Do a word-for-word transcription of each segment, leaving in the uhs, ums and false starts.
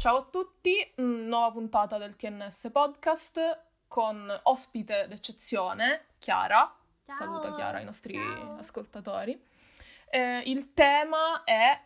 Ciao a tutti, mm, nuova puntata del T N S Podcast con ospite d'eccezione, Chiara. Ciao. Saluta Chiara, i nostri Ciao. ascoltatori. Eh, il tema è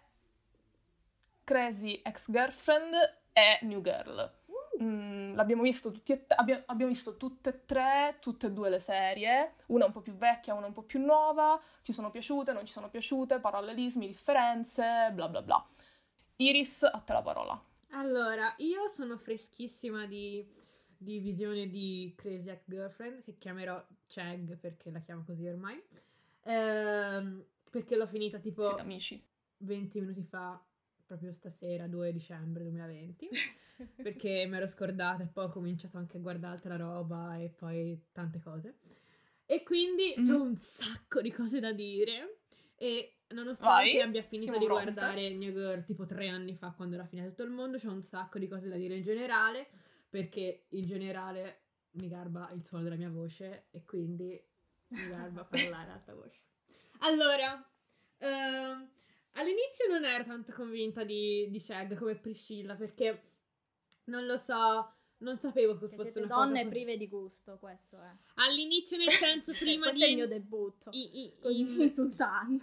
Crazy Ex-Girlfriend e New Girl. Uh. Mm, l'abbiamo visto tutti e t- abbia- abbiamo visto tutte e tre, tutte e due le serie, una un po' più vecchia, una un po' più nuova, ci sono piaciute, non ci sono piaciute, parallelismi, differenze, bla bla bla. Iris, a te la parola. Allora, io sono freschissima di, di visione di Crazy Ex-Girlfriend, che chiamerò Cheg perché la chiamo così ormai, Ehm, perché l'ho finita tipo Siete amici? venti minuti fa, proprio stasera, due dicembre duemilaventi, perché mi ero scordata e poi ho cominciato anche a guardare altra roba e poi tante cose. E quindi Mhm. c'ho un sacco di cose da dire e nonostante Vai, abbia finito siamo di pronte. guardare New Girl tipo tre anni fa quando l'ha finita tutto il mondo, c'ho un sacco di cose da dire in generale, perché in generale mi garba il suono della mia voce e quindi mi garba parlare ad alta voce. Allora, ehm, all'inizio non ero tanto convinta di, di Shag come Priscilla perché non lo so, non sapevo che Che fosse siete una cosa donne così. prive di gusto, questo è. All'inizio nel senso prima Questo di è il mio debutto, i- i- con- in- insultando.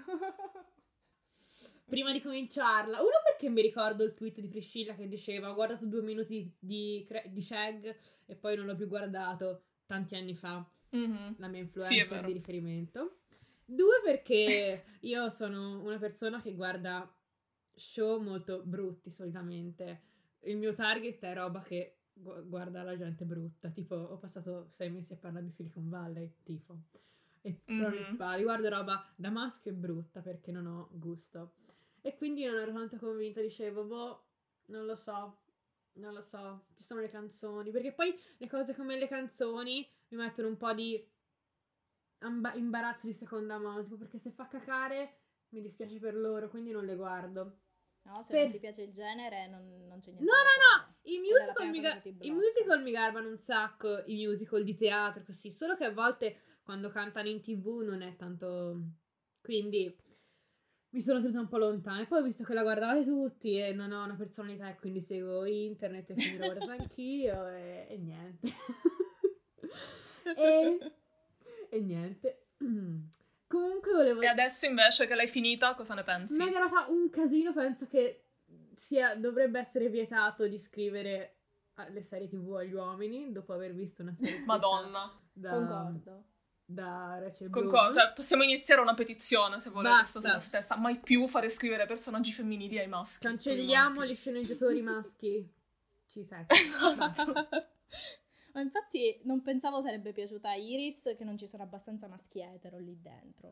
prima di cominciarla. Uno perché mi ricordo il tweet di Priscilla che diceva ho guardato due minuti di, cre- di Shag e poi non l'ho più guardato tanti anni fa, Mhm. la mia Sì, è influencer vero. di riferimento. Due perché io sono una persona che guarda show molto brutti solitamente. Il mio target è roba che gu- guarda la gente brutta. Tipo, ho passato sei mesi a parlare di Silicon Valley, tipo. E trono di Mhm. spade. Guardo roba da maschio e brutta perché non ho gusto. E quindi non ero tanto convinta. Dicevo, boh, non lo so. Non lo so. Ci sono le canzoni. Perché poi le cose come le canzoni mi mettono un po' di amba- imbarazzo di seconda mano. Tipo, perché se fa cacare mi dispiace per loro, quindi non le guardo. No, se Per- non ti piace il genere non, non c'è No, niente no, da fare. no, i Quella è la musical, prima mi, cosa ga- che ti i blocca. musical mi garbano un sacco, i musical di teatro, così, solo che a volte quando cantano in tv non è tanto... Quindi mi sono tenuta un po' lontana. E poi ho visto che la guardavate tutti e non ho una personalità e quindi seguo internet e quindi l'ho guardata anch'io e, e niente. e, e niente. Comunque volevo... E adesso invece che l'hai finita, cosa ne pensi? Mi è garata un casino, penso che sia, dovrebbe essere vietato di scrivere a- le serie tv agli uomini dopo aver visto una serie scritta Madonna. da, Concordo. da Rachel Concordo, Bloom. cioè, possiamo iniziare una petizione se volete, Basta. state la stessa. Mai più fare scrivere personaggi femminili ai maschi. Cancelliamo Proprio mai gli sceneggiatori maschi. Ci sei. più. Esatto. Ma infatti non pensavo sarebbe piaciuta a Iris, che non ci sono abbastanza maschi etero lì dentro.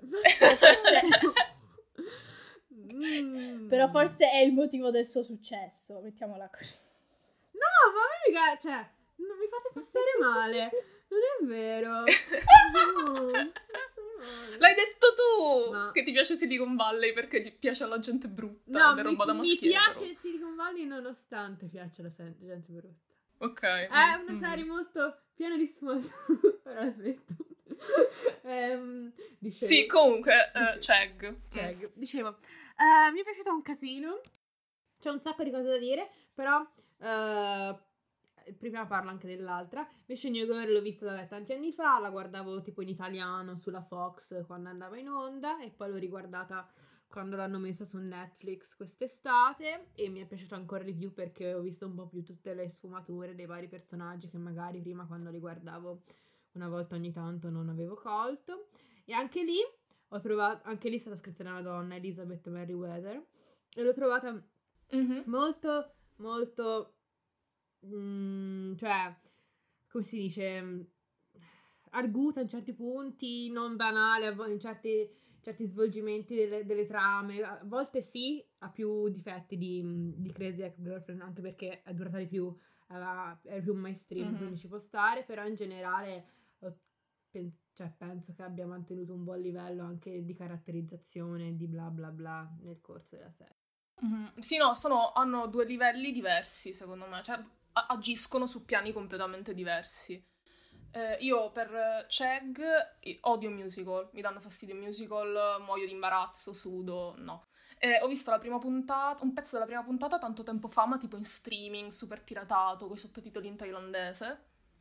Mm. Però forse è il motivo del suo successo, mettiamola così. No, ma a me mi ga- cioè, non mi fate passare male. Non è vero. No, mi fate passare male. L'hai detto tu! Ma- Che ti piace Silicon Valley perché gli piace alla gente brutta No, ed è mi, roba da mi maschietero. piace il Silicon Valley nonostante piace la se- gente brutta. Ok. È mm, una mm. serie molto piena di sfumature. Ora aspetta. Ehm, dicevo. Sì, comunque, eh, Cheg. Cheg. Dicevo, eh, mi è piaciuto un casino. C'è un sacco di cose da dire, però eh, prima parlo anche dell'altra. Invece New Girl l'ho vista da tanti anni fa, la guardavo tipo in italiano sulla Fox quando andava in onda e poi l'ho riguardata quando l'hanno messa su Netflix quest'estate e mi è piaciuta ancora di più perché ho visto un po' più tutte le sfumature dei vari personaggi che magari prima quando li guardavo una volta ogni tanto non avevo colto. E anche lì ho trovato, anche lì è stata scritta da una donna, Elizabeth Merriweather, e l'ho trovata Mhm. molto, molto, mm, cioè, come si dice, mm, arguta in certi punti, non banale, a vo- in certi, certi svolgimenti delle, delle trame. A volte sì, ha più difetti di, mm, di Crazy Ex-Girlfriend, anche perché è durata di più, aveva- era più mainstream, Mhm. quindi ci può stare, però in generale ho- pen- cioè, penso che abbia mantenuto un buon livello anche di caratterizzazione, di bla bla bla nel corso della serie. Mhm. Sì, no, sono, hanno due livelli diversi, secondo me, cioè a- agiscono su piani completamente diversi. Eh, io per eh, Cheg i- odio musical, mi danno fastidio i musical, muoio di imbarazzo, sudo, no. E ho visto la prima puntata, un pezzo della prima puntata tanto tempo fa, ma tipo in streaming, super piratato, con i sottotitoli in thailandese.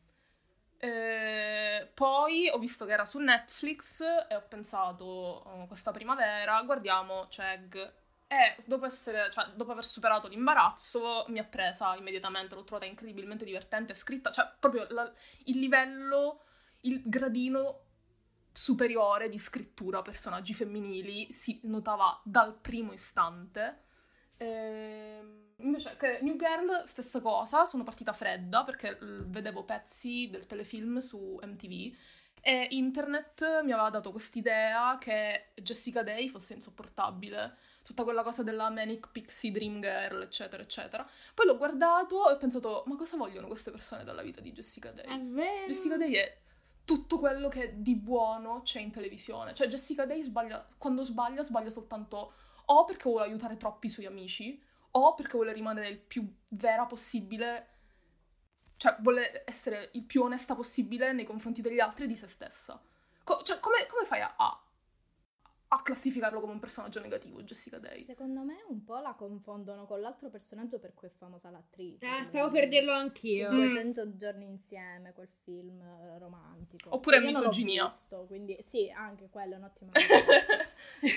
E poi ho visto che era su Netflix e ho pensato, oh, questa primavera, guardiamo Chegg. E dopo, essere, cioè, dopo aver superato l'imbarazzo mi ha presa immediatamente, l'ho trovata incredibilmente divertente, scritta, cioè proprio la, il livello, il gradino superiore di scrittura a personaggi femminili si notava dal primo istante. E invece che New Girl, stessa cosa, sono partita fredda perché l- vedevo pezzi del telefilm su M T V e internet mi aveva dato quest'idea che Jessica Day fosse insopportabile, tutta quella cosa della Manic Pixie Dream Girl, eccetera, eccetera. Poi l'ho guardato e ho pensato, ma cosa vogliono queste persone dalla vita di Jessica Day? È vero. Jessica Day è tutto quello che di buono c'è in televisione. Cioè Jessica Day sbaglia, quando sbaglia, sbaglia soltanto o perché vuole aiutare troppi i suoi amici, o perché vuole rimanere il più vera possibile, cioè vuole essere il più onesta possibile nei confronti degli altri e di se stessa. Co- cioè, come, come fai a, a, a classificarlo come un personaggio negativo, Jessica Day? Secondo me un po' la confondono con l'altro personaggio per cui è famosa l'attrice. Eh, quello stavo di per dirlo anch'io. cinquecento giorni insieme, quel film eh, romantico. Oppure Che io non l'ho misoginia. visto, quindi sì, anche quello è un'ottima ragazza.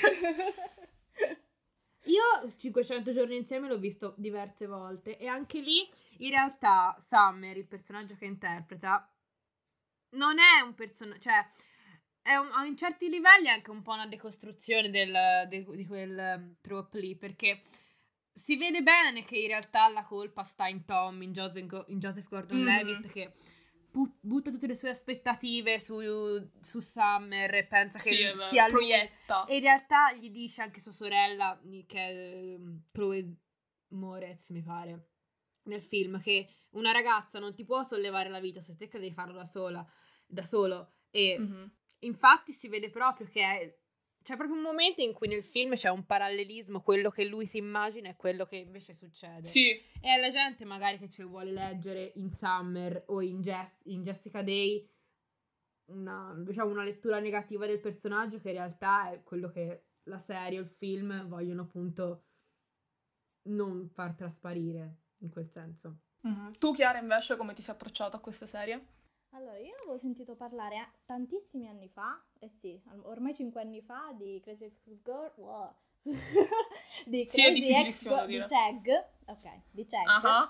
Io cinquecento giorni insieme l'ho visto diverse volte e anche lì in realtà Summer, il personaggio che interpreta, non è un personaggio, cioè è un, a in certi livelli è anche un po' una decostruzione del, de- di quel um, trope lì, perché si vede bene che in realtà la colpa sta in Tom, in Joseph, in Joseph Gordon-Levitt, Mhm. che bu- butta tutte le sue aspettative su, su Summer e pensa Sì, è che vero, sia lui. proietta. E in realtà gli dice anche sua sorella, che è ehm, Chloe Moretz, mi pare, nel film, che una ragazza non ti può sollevare la vita se te che devi farlo da sola, da solo. E Mhm. infatti si vede proprio che è, c'è proprio un momento in cui nel film c'è un parallelismo, quello che lui si immagina e quello che invece succede. Sì, E alla gente magari che ci vuole leggere in Summer o in, Jess- in Jessica Day una, diciamo, una lettura negativa del personaggio, che in realtà è quello che la serie o il film vogliono appunto non far trasparire, in quel senso. Mhm. Tu, Chiara, invece, come ti sei approcciata a questa serie? Allora, io avevo sentito parlare a- tantissimi anni fa, eh sì, al- ormai cinque anni fa, di Crazy Ex-Girl, wow. di Sì, è Crazy difficilissimo da Ex-Girl, di dire. Chegg, ok, di Chegg, Ah,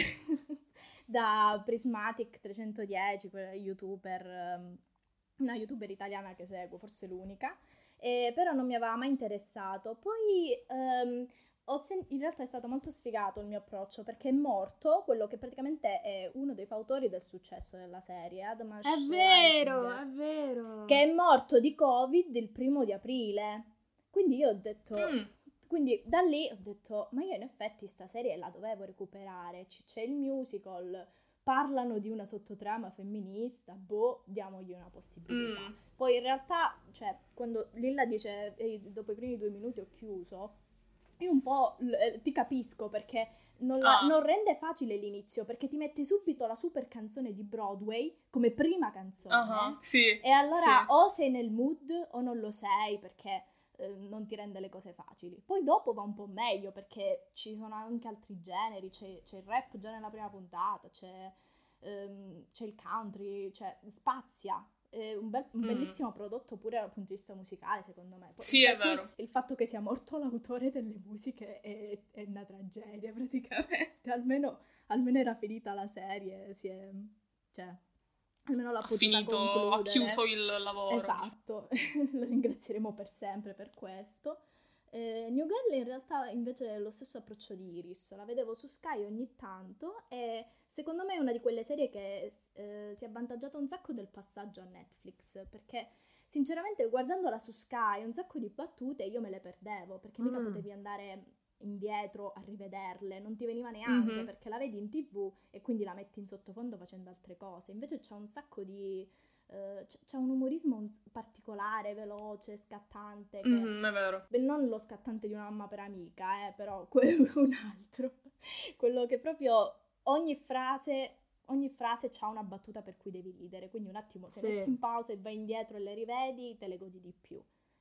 da Prismatic trecentodieci, quella youtuber, ehm, una youtuber italiana che seguo, forse l'unica, eh, però non mi aveva mai interessato. Poi ehm, ho sen- in realtà è stato molto sfigato il mio approccio perché è morto quello che praticamente è uno dei fautori del successo della serie, Adam È vero, Schlesinger, è vero. che è morto di Covid il primo di aprile. Quindi io ho detto, Mm. quindi da lì ho detto, ma io in effetti sta serie la dovevo recuperare, C- c'è il musical, parlano di una sottotrama femminista, boh, diamogli una possibilità. Mm. Poi in realtà, cioè, quando Lilla dice, "Ehi, dopo i primi due minuti ho chiuso", io un po' l- eh, ti capisco perché non, la- Ah. non rende facile l'inizio, perché ti mette subito la super canzone di Broadway come prima canzone. Ah, sì. E allora sì. o sei nel mood o non lo sei perché eh, non ti rende le cose facili. Poi dopo va un po' meglio perché ci sono anche altri generi, c'è, c'è il rap già nella prima puntata, c'è, ehm, c'è il country, cioè spazia. È un, bel- un Mm. bellissimo prodotto pure dal punto di vista musicale, secondo me. Poi, Sì, per è cui vero. il fatto che sia morto l'autore delle musiche è, è una tragedia praticamente. Almeno, almeno era finita la serie, si è, cioè, almeno l'ha Ha potuta finito, concludere. ha chiuso il lavoro. Esatto, lo ringrazieremo per sempre per questo. Eh, New Girl in realtà invece è lo stesso approccio di Iris, la vedevo su Sky ogni tanto e secondo me è una di quelle serie che eh, si è avvantaggiata un sacco del passaggio a Netflix, perché sinceramente guardandola su Sky un sacco di battute io me le perdevo, perché mica Mm. potevi andare indietro a rivederle, non ti veniva neanche Mhm. perché la vedi in tv e quindi la metti in sottofondo facendo altre cose, invece c'è un sacco di... eh, c- c'è un umorismo un- particolare, veloce, scattante, che Mhm, è vero. beh, non lo scattante di una mamma per amica, eh, però quello è un altro. Quello che proprio ogni frase, ogni frase c'ha una battuta per cui devi ridere, quindi un attimo se Sì. metti in pausa e vai indietro e le rivedi, te le godi di più.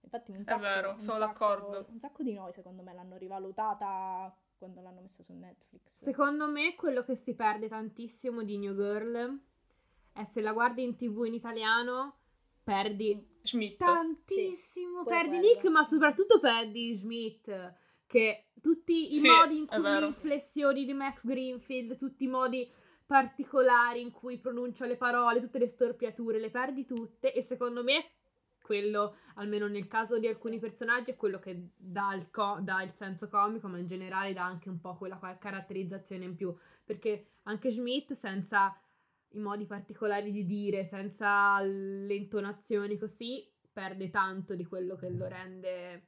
Infatti un sacco, vero, un sono sacco- d'accordo. un sacco di noi secondo me l'hanno rivalutata quando l'hanno messa su Netflix. Secondo me quello che si perde tantissimo di New Girl è se la guardi in tv in italiano, perdi Schmidt. tantissimo, pure perdi quello. Nick, ma soprattutto perdi Schmidt, che tutti i Sì, modi in è cui le vero. inflessioni di Max Greenfield, tutti i modi particolari in cui pronuncia le parole, tutte le storpiature, le perdi tutte, e secondo me quello, almeno nel caso di alcuni personaggi, è quello che dà il, co- dà il senso comico, ma in generale dà anche un po' quella ca- caratterizzazione in più, perché anche Schmidt senza i modi particolari di dire, senza le intonazioni così, perde tanto di quello che lo rende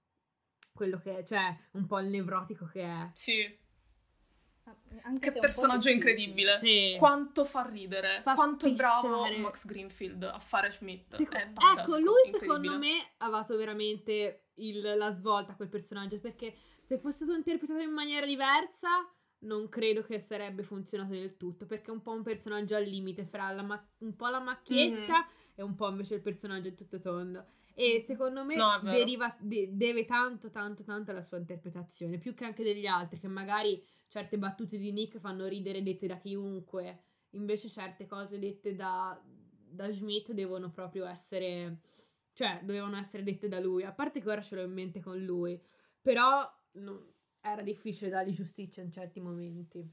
quello che è, cioè un po' il nevrotico che è. Sì. Anche Che se è un po' personaggio difficile. incredibile. Sì. Quanto fa ridere. Fa Quanto è bravo pisciare. Max Greenfield a fare Schmidt. Seco- è pazzesco, ecco, lui incredibile. secondo me ha dato veramente il- la svolta a quel personaggio, perché se fosse stato interpretato in maniera diversa non credo che sarebbe funzionato del tutto, perché è un po' un personaggio al limite fra la ma- un po' la macchietta Mhm. e un po' invece il personaggio tutto tondo. E secondo me No, è vero. deriva, de- deve tanto, tanto, tanto alla sua interpretazione, più che anche degli altri, che magari certe battute di Nick fanno ridere dette da chiunque, invece certe cose dette da, da Schmidt devono proprio essere, cioè dovevano essere dette da lui, a parte che ora ce l'ho in mente con lui, però no, era difficile dargli giustizia in certi momenti.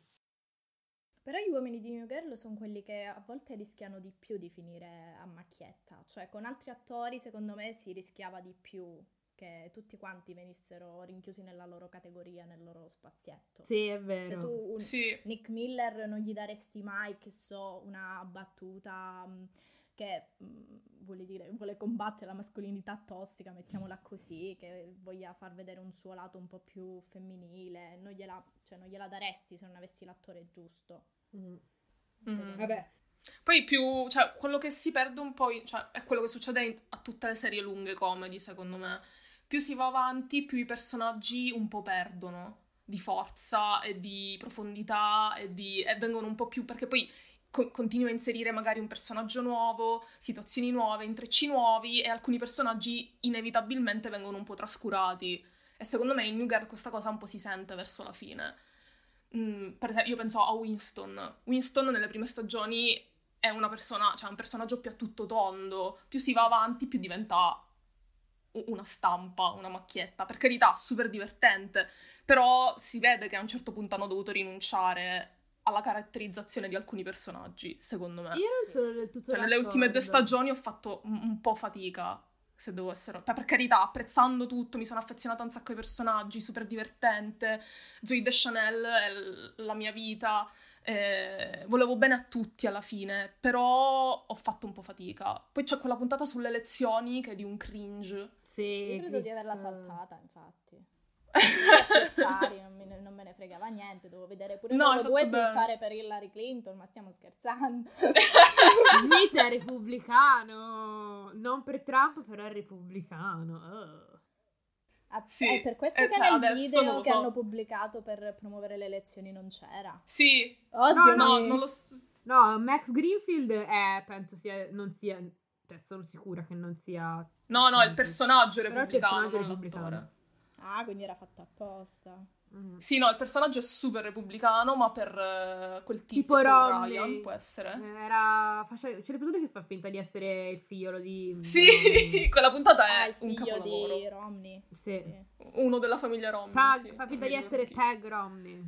Però gli uomini di New Girl sono quelli che a volte rischiano di più di finire a macchietta, cioè con altri attori secondo me si rischiava di più che tutti quanti venissero rinchiusi nella loro categoria, nel loro spazietto. Sì, è Cioè vero. tu un- Sì. Nick Miller non gli daresti mai, che so, una battuta mh, che mh, vuole dire, vuole combattere la mascolinità tossica, mettiamola così, che voglia far vedere un suo lato un po' più femminile, non gliela, cioè non gliela daresti se non avessi l'attore giusto. Mm. secondo Mhm. me. Vabbè, Poi più, cioè, quello che si perde un po', in- cioè, è quello che succede in- a tutte le serie lunghe comedy, secondo me. Più si va avanti, più i personaggi un po' perdono di forza e di profondità e, di, e vengono un po' più, perché poi co- continui a inserire magari un personaggio nuovo, situazioni nuove, intrecci nuovi, e alcuni personaggi inevitabilmente vengono un po' trascurati. E secondo me in New Girl questa cosa un po' si sente verso la fine. Mm, per esempio, io penso a Winston. Winston nelle prime stagioni è una persona, cioè un personaggio più a tutto tondo. Più si va avanti, più diventa u- una stampa, una macchietta. Per carità, super divertente, però si vede che a un certo punto hanno dovuto rinunciare alla caratterizzazione di alcuni personaggi, secondo me. io non Sì. sono del tutto Cioè, nelle ultime due d'accordo. stagioni ho fatto un, un po' fatica, se devo essere... Per, per carità, apprezzando tutto, mi sono affezionata un sacco ai personaggi, super divertente. Zoe Deschanel è l- la mia vita. eh, volevo bene a tutti alla fine, però ho fatto un po' fatica. Poi c'è quella puntata sulle elezioni che è di un cringe. Sì, Io credo di averla Cristo. saltata, infatti. Aspettare, non, me ne, non me ne fregava niente, devo vedere pure No, loro hai due fatto bene. esultare per Hillary Clinton, ma stiamo scherzando. Smith è repubblicano, non per Trump, però è repubblicano. Oh. Ah, Sì, è per questo eh, che cioè, nel adesso non video lo che so. hanno pubblicato per promuovere le elezioni non c'era. Sì, Oddio, no, mi- non lo so. No, Max Greenfield è, penso sia, non sia, cioè sono sicura che non sia... No, no, il Trump. personaggio è Però il repubblicano, personaggio è non repubblicano. l'attore. Ah, quindi era fatto apposta. Mm. Sì, no, il personaggio è super repubblicano, ma per eh, quel tizio, Tipo Paul Romney. Ryan, può essere. Era... Faceva... C'è l'episodio che fa finta di essere il figliolo di... di Sì, Romney. quella puntata Ah, è il un figlio capolavoro. di Romney. Sì. Uno della famiglia Romney, Tag, sì, fa non finta mi di ricordo essere chi. Tag Romney.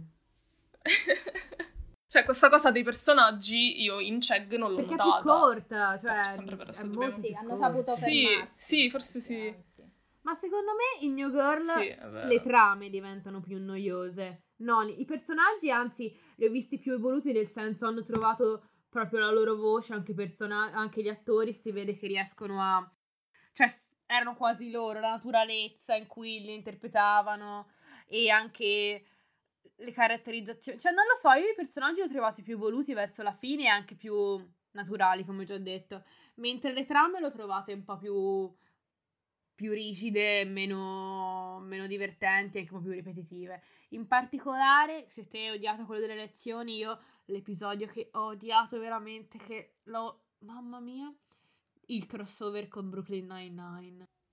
Cioè, questa cosa dei personaggi io in Chegg non l'ho Perché è notata. più corta, cioè... Sempre per è adesso molto dobbiamo- Sì, più hanno corta. saputo Sì, fermarsi. sì, in forse certi, sì. anzi. Ma secondo me in New Girl Sì, è vero. le trame diventano più noiose. No, i personaggi anzi li ho visti più evoluti, nel senso hanno trovato proprio la loro voce, anche, i persona- anche gli attori si vede che riescono a... Cioè s- erano quasi loro, la naturalezza in cui li interpretavano e anche le caratterizzazioni. Cioè non lo so, io i personaggi li ho trovati più evoluti verso la fine e anche più naturali, come ho già detto. Mentre le trame le ho trovate un po' più più rigide, meno, meno divertenti e anche un po' più ripetitive. In particolare, se te hai odiato quello delle elezioni, io l'episodio che ho odiato veramente, che l'ho... mamma mia, il crossover con Brooklyn Nine-Nine.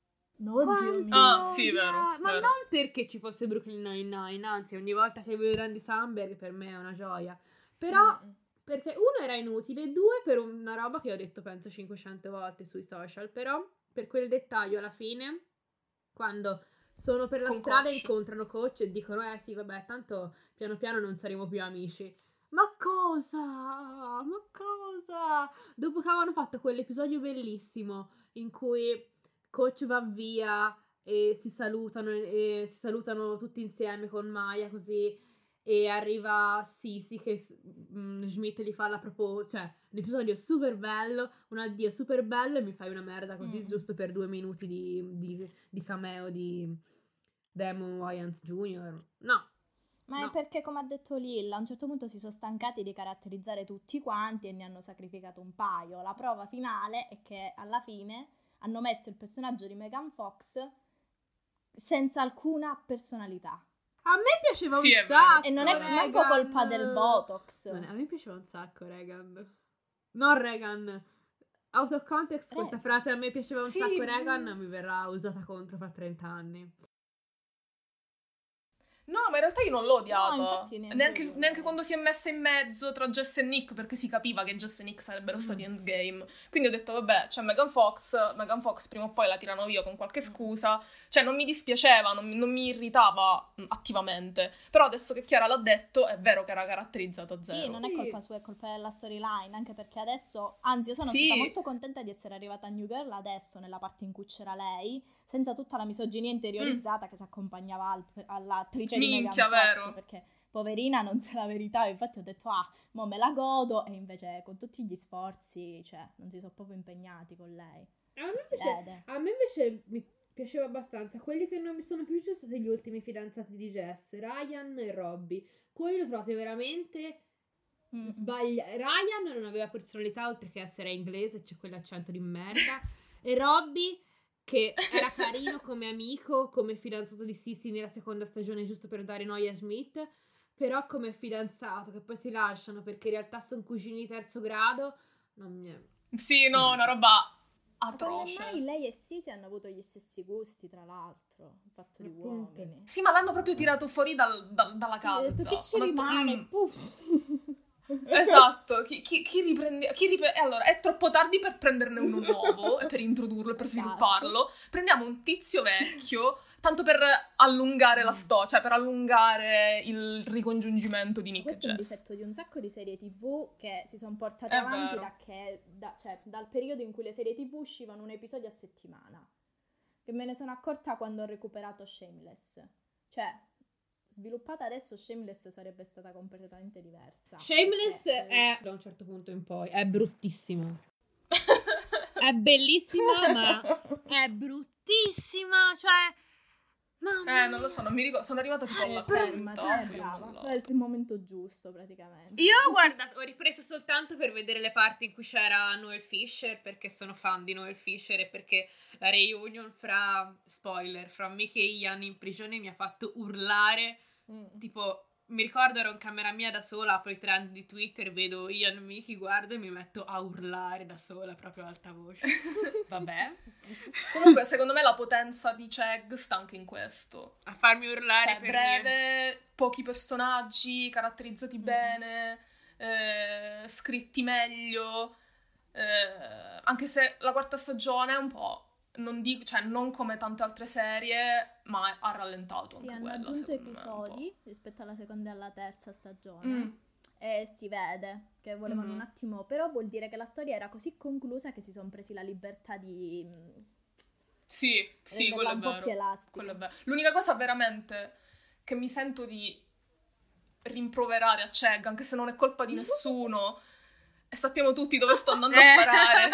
Oddio mio. Ah, sì, vero, Ma vero. non perché ci fosse Brooklyn Nine-Nine, anzi, ogni volta che vedo Andy Samberg per me è una gioia. Però, Mm. perché uno era inutile, due per una roba che ho detto penso cinquecento volte sui social, però per quel dettaglio alla fine, quando sono per la Con strada Coach. incontrano Coach e dicono eh sì vabbè tanto piano piano non saremo più amici. Ma cosa? Ma cosa? Dopo che avevano fatto quell'episodio bellissimo in cui Coach va via e si salutano e si salutano tutti insieme con Maya così e arriva Sisi che mm, Schmidt gli fa la proposta, cioè un episodio super bello, un addio super bello e mi fai una merda così Mm. giusto per due minuti di, di, di cameo di Damon Wayans Junior No. Ma no. è perché, come ha detto Lilla, a un certo punto si sono stancati di caratterizzare tutti quanti e ne hanno sacrificato un paio. La prova finale è che alla fine hanno messo il personaggio di Megan Fox senza alcuna personalità. A me piaceva Sì, un è vero. sacco E non è Reagan. manco colpa del Botox. Non è- A me piaceva un sacco Reagan. Non Reagan. Out of context, questa Reagan. frase a me piaceva un Sì. sacco Reagan mi verrà usata contro fra trenta anni. No, ma in realtà io non l'ho odiata. No, infatti neanche neanche, io. neanche quando si è messa in mezzo tra Jess e Nick, perché si capiva che Jess e Nick sarebbero stati Mm. endgame. Quindi ho detto, vabbè, c'è Megan Fox, Megan Fox prima o poi la tirano via con qualche scusa. Cioè, non mi dispiaceva, non mi, non mi irritava mh, attivamente. Però adesso che Chiara l'ha detto, è vero che era caratterizzata a zero. Sì, non è Sì. colpa sua, è colpa della storyline, anche perché adesso, anzi io sono Sì. stata molto contenta di essere arrivata a New Girl adesso, nella parte in cui c'era lei, senza tutta la misoginia interiorizzata che si accompagnava al- all'attrice di Megan Minchia, Fox, vero. perché poverina non se la veritava, infatti ho detto ah, mo me la godo, e invece con tutti gli sforzi, cioè, non si sono proprio impegnati con lei. A me, Si invece, vede. a me invece mi piaceva abbastanza. Quelli che non mi sono piaciuti sono stati gli ultimi fidanzati di Jess, Ryan e Robbie. Quelli li ho trovati veramente Mm. sbagliati. Ryan non aveva personalità oltre che essere inglese, c'è quell'accento di merda. E Robbie, che era carino come amico, come fidanzato di Sissy nella seconda stagione, giusto per dare noia a Schmidt. Però come fidanzato, che poi si lasciano perché in realtà sono cugini di terzo grado, non mi è... Sì, no, una roba Ma come atroce. mai lei e Sisi hanno avuto gli stessi gusti, tra l'altro, in fatto di Appunto. uomini? Sì, ma l'hanno proprio tirato fuori dal- dal- dalla Sì, ho detto, calza. che ci Hanno detto, rimane? "Mm". Puff. Esatto, chi, chi, chi riprende... Chi ripre- allora, è troppo tardi per prenderne uno nuovo e per introdurlo e per Esatto. svilupparlo. Prendiamo un tizio vecchio, tanto per allungare la Mm. storia, cioè per allungare il ricongiungimento di Nick Questo e è un Jess. difetto di un sacco di serie tv che si sono portate È avanti vero. da che, da- cioè, dal periodo in cui le serie tv uscivano un episodio a settimana. Che me ne sono accorta quando ho recuperato Shameless. Cioè, sviluppata adesso, Shameless sarebbe stata completamente diversa. Shameless perché, è, da un certo punto in poi, è bruttissimo. È bellissima, ma è bruttissima, cioè... Mamma Eh, non lo so, non mi ricordo. Sono arrivata tipo Eh, alla fermati, trenta. eh, più o brava. meno. È il momento giusto, praticamente. Io ho guardato, ho ripreso soltanto per vedere le parti in cui c'era Noel Fisher, perché sono fan di Noel Fisher e perché la reunion fra, spoiler, fra Mick e Ian in prigione mi ha fatto urlare, Mm. tipo, mi ricordo ero in camera mia da sola, apro i trend di Twitter, vedo Ian e Mickey, guardo e mi metto a urlare da sola, proprio a alta voce. Vabbè. Comunque, secondo me la potenza di Chegg sta anche in questo. A farmi urlare Cioè, per breve, pochi personaggi, caratterizzati Mhm. bene, eh, scritti meglio. eh, anche se la quarta stagione è un po', non dico, cioè non come tante altre serie, ma ha rallentato Sì, anche hanno quella, aggiunto secondo me, un po'. episodi rispetto alla seconda e alla terza stagione. Mm. E si vede che volevano Mhm. un attimo, però vuol dire che la storia era così conclusa che si sono presi la libertà di mm, Sì, sì, renderla quello è un po' vero. più elastica. Quello è vero. L'unica cosa veramente che mi sento di rimproverare a Chegg, anche se non è colpa di nessuno, e sappiamo tutti dove sto andando a parare.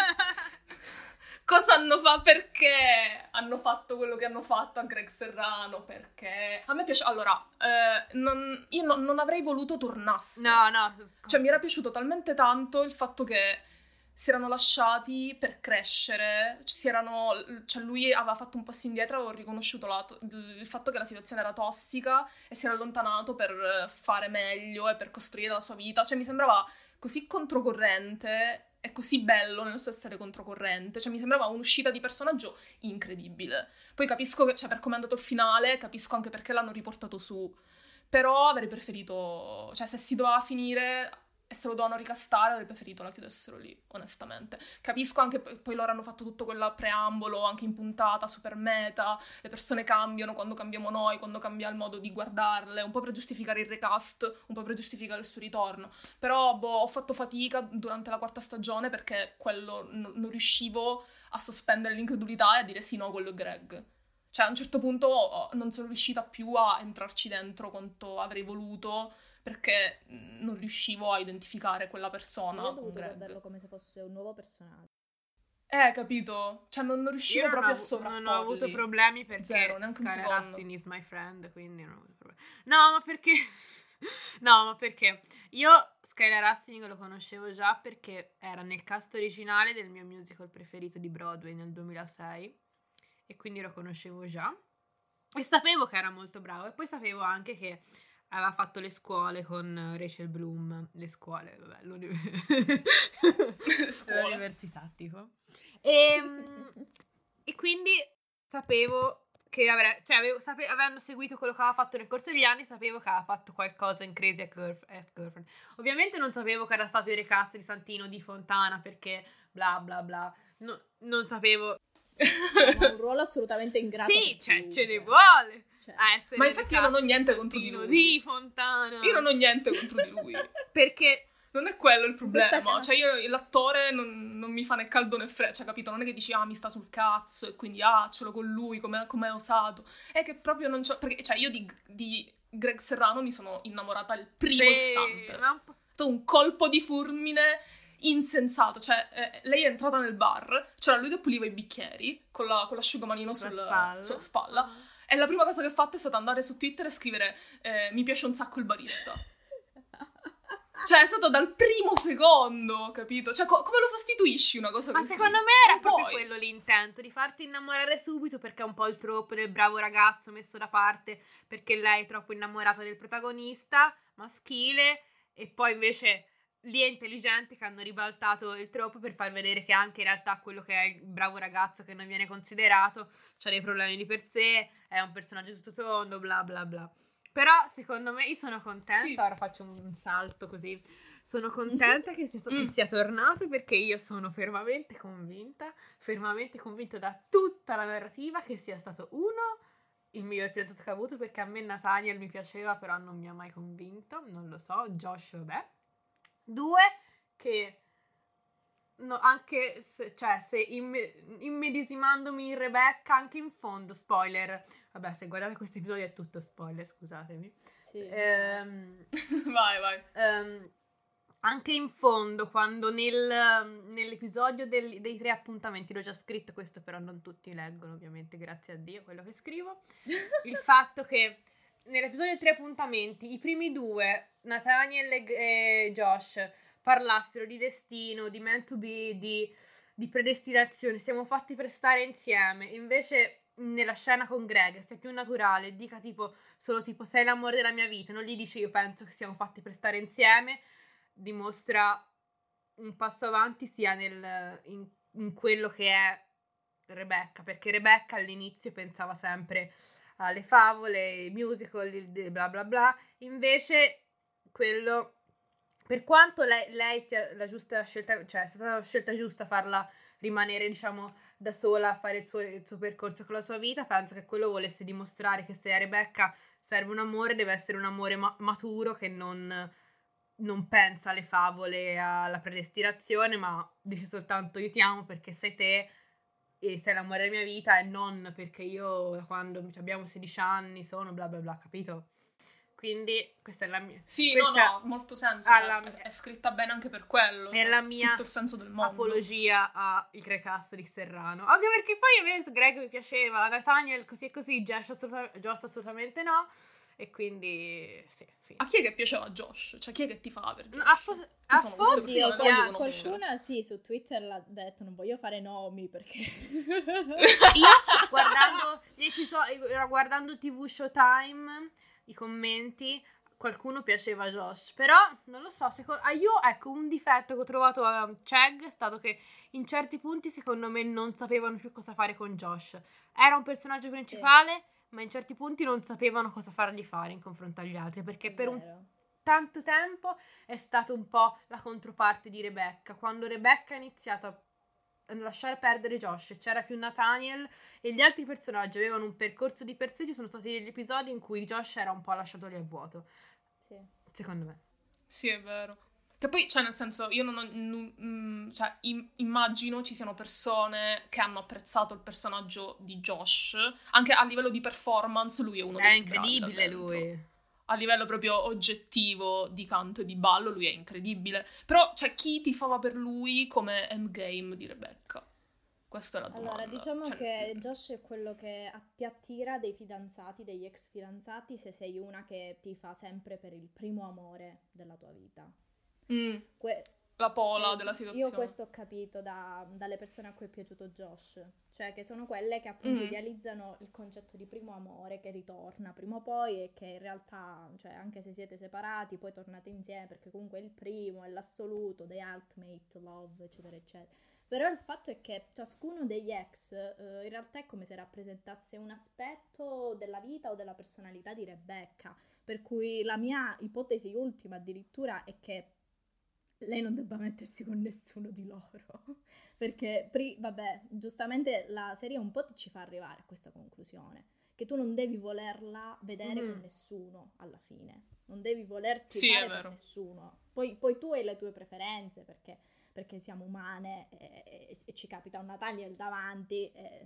Cosa hanno fatto? Perché hanno fatto quello che hanno fatto a Greg Serrano? Perché a me piace. Allora, eh, non- io non, non avrei voluto tornasse. No, no. Cioè, mi era piaciuto talmente tanto il fatto che si erano lasciati per crescere, si erano, cioè lui aveva fatto un passo indietro, avevo riconosciuto la, il fatto che la situazione era tossica e si era allontanato per fare meglio e per costruire la sua vita, cioè mi sembrava così controcorrente è così bello nel suo essere controcorrente, cioè mi sembrava un'uscita di personaggio incredibile. Poi capisco che, cioè per come è andato il finale, capisco anche perché l'hanno riportato su, però avrei preferito, cioè se si doveva finire e se lo dovevano ricastare avrei preferito la chiudessero lì, onestamente. Capisco anche, poi loro hanno fatto tutto quel preambolo, anche in puntata, super meta, le persone cambiano quando cambiamo noi, quando cambia il modo di guardarle, un po' per giustificare il recast, un po' per giustificare il suo ritorno. Però, boh, ho fatto fatica durante la quarta stagione perché quello n- non riuscivo a sospendere l'incredulità e a dire sì, no, quello è Greg. Cioè, a un certo punto oh, non sono riuscita più a entrarci dentro quanto avrei voluto, perché non riuscivo a identificare quella persona. Io ho con dovuto Greg. guardarlo come se fosse un nuovo personaggio. Eh, capito? Cioè, non, non riuscivo Io non proprio ho, a sovrapporli. non ho avuto problemi perché Zero, neanche un Skylar secondo. Astin is my friend, quindi non ho avuto problemi. No, ma perché... no, ma perché io Skylar Astin lo conoscevo già perché era nel cast originale del mio musical preferito di Broadway nel duemilasei e quindi lo conoscevo già e sapevo che era molto bravo e poi sapevo anche che aveva fatto le scuole con Rachel Bloom, le scuole, vabbè, l'uni- Scuola. l'università tipo. E, e quindi sapevo che avrei, cioè avevo, sape, avendo seguito quello che aveva fatto nel corso degli anni, sapevo che aveva fatto qualcosa in Crazy Ex-Girlfriend. Ovviamente non sapevo che era stato il recast di Santino di Fontana perché bla bla bla. No, non sapevo. Ma un ruolo assolutamente ingrato. Sì, per cioè, chiunque. ce ne vuole. Cioè. A essere Ma infatti io non ho recast niente di contro di Santino lui. di Fontana. Io non ho niente contro di lui. Perché Non è quello il Questa problema. casa- Cioè, io l'attore non, non mi fa né caldo né freddo. Cioè, capito? Non è che dici, ah, mi sta sul cazzo e quindi, ah, ce l'ho con lui, come è osato. È che proprio non c'ho... Perché, cioè, io di, di Greg Serrano mi sono innamorata il primo sì, istante. ma un po'... È stato un colpo di fulmine insensato. Cioè, eh, lei è entrata nel bar, c'era lui che puliva i bicchieri con, la, con l'asciugamanino sul, sulla spalla. sulla spalla. E la prima cosa che ha fatto è stata andare su Twitter e scrivere eh, mi piace un sacco il barista. Cioè, è stato dal primo secondo, capito? Cioè, co- come lo sostituisci una cosa Ma così? secondo me era Non proprio puoi. quello l'intento, di farti innamorare subito perché è un po' il troppo del bravo ragazzo messo da parte perché lei è troppo innamorata del protagonista maschile e poi invece lì è intelligente che hanno ribaltato il troppo per far vedere che anche in realtà quello che è il bravo ragazzo che non viene considerato c'ha dei problemi di per sé, è un personaggio tutto tondo, bla bla bla. Però secondo me io sono contenta, Sì. ora faccio un salto così, sono contenta che sia, che Mm. sia tornato perché io sono fermamente convinta, fermamente convinta da tutta la narrativa che sia stato uno, il miglior fidanzato che ha avuto perché a me Nathaniel mi piaceva però non mi ha mai convinto, non lo so, Josh vabbè. Due, che no, anche se, cioè, se imme- immedesimandomi in Rebecca, anche in fondo, spoiler, vabbè, se guardate questo episodio è tutto spoiler, scusatemi. Sì. Ehm, Vai, vai. ehm, anche in fondo, quando nel, nell'episodio del- dei tre appuntamenti, l'ho già scritto questo, però non tutti leggono, ovviamente, grazie a Dio, quello che scrivo, il fatto che nell'episodio dei tre appuntamenti, i primi due, Nathaniel e, e Josh, parlassero di destino, di meant to be, di, di predestinazione, siamo fatti per stare insieme, invece nella scena con Greg sia più naturale, dica tipo solo tipo sei l'amore della mia vita, non gli dici io penso che siamo fatti per stare insieme, dimostra un passo avanti sia nel, in, in quello che è Rebecca, perché Rebecca all'inizio pensava sempre alle favole, ai musical, il bla bla bla, invece quello, per quanto lei, lei sia la giusta scelta, cioè è stata la scelta giusta farla rimanere, diciamo, da sola a fare il suo, il suo percorso con la sua vita, penso che quello volesse dimostrare che se a Rebecca serve un amore, deve essere un amore ma- maturo che non, non pensa alle favole, alla predestinazione, ma dice soltanto io ti amo perché sei te e sei l'amore della mia vita e non perché io da quando abbiamo sedici anni sono bla bla bla, capito? Quindi questa è la mia... Sì, questa no, no, ha molto senso. ha Cioè, la è, mia- è scritta bene anche per quello. è cioè, la mia tutto il senso del mondo. apologia al recast di Serrano. Anche perché poi a me Greg mi piaceva, Nathaniel così e così, Josh, assoluta- Josh assolutamente no. e quindi sì, fine. A chi è che piaceva Josh? Cioè chi è che ti fa per Josh? No, a fo- a sono queste Fossi persone, io non devo piace. conoscere. Qualcuno sì, su Twitter l'ha detto, non voglio fare nomi perché... Io guardando gli episodi, guardando T V Showtime, i commenti, qualcuno piaceva Josh, però non lo so, secondo, ah, io ecco un difetto che ho trovato a Chegg è stato che in certi punti secondo me non sapevano più cosa fare con Josh. Era un personaggio principale, sì, ma in certi punti non sapevano cosa fargli fare in confronto agli altri, perché È per un vero. tanto tempo è stato un po' la controparte di Rebecca. Quando Rebecca ha iniziato a lasciare perdere Josh, c'era più Nathaniel e gli altri personaggi avevano un percorso di per sé, ci sono stati degli episodi in cui Josh era un po' lasciato lì a vuoto. Sì. Secondo me. Sì, è vero. Che poi, cioè, nel senso, io non ho... non- mm, cioè, im- immagino ci siano persone che hanno apprezzato il personaggio di Josh. Anche a livello di performance, lui è uno È dei più bravi là incredibile dentro. lui. A livello proprio oggettivo di canto e di ballo, lui è incredibile. Però, cioè, chi tifava per lui come endgame di Rebecca? Questa è la domanda. Allora, diciamo Cioè, che Josh è quello che a- ti attira dei fidanzati, degli ex fidanzati, se sei una che ti fa sempre per il primo amore della tua vita. mm, Que- la pola eh, della situazione. Io questo ho capito da- dalle persone a cui è piaciuto Josh, cioè che sono quelle che appunto Mm. idealizzano il concetto di primo amore che ritorna prima o poi e che in realtà, cioè anche se siete separati, poi tornate insieme perché comunque è il primo, è l'assoluto, the ultimate love, eccetera, eccetera. Però il fatto è che ciascuno degli ex eh, in realtà è come se rappresentasse un aspetto della vita o della personalità di Rebecca, per cui la mia ipotesi ultima addirittura è che lei non debba mettersi con nessuno di loro, perché, pri- vabbè, giustamente la serie un po' ci fa arrivare a questa conclusione, che tu non devi volerla vedere Mhm. con nessuno alla fine, non devi volerti Sì, è fare per vero. nessuno, poi, poi tu hai le tue preferenze, perché, perché siamo umane e, e- e ci capita un Nathaniel davanti e,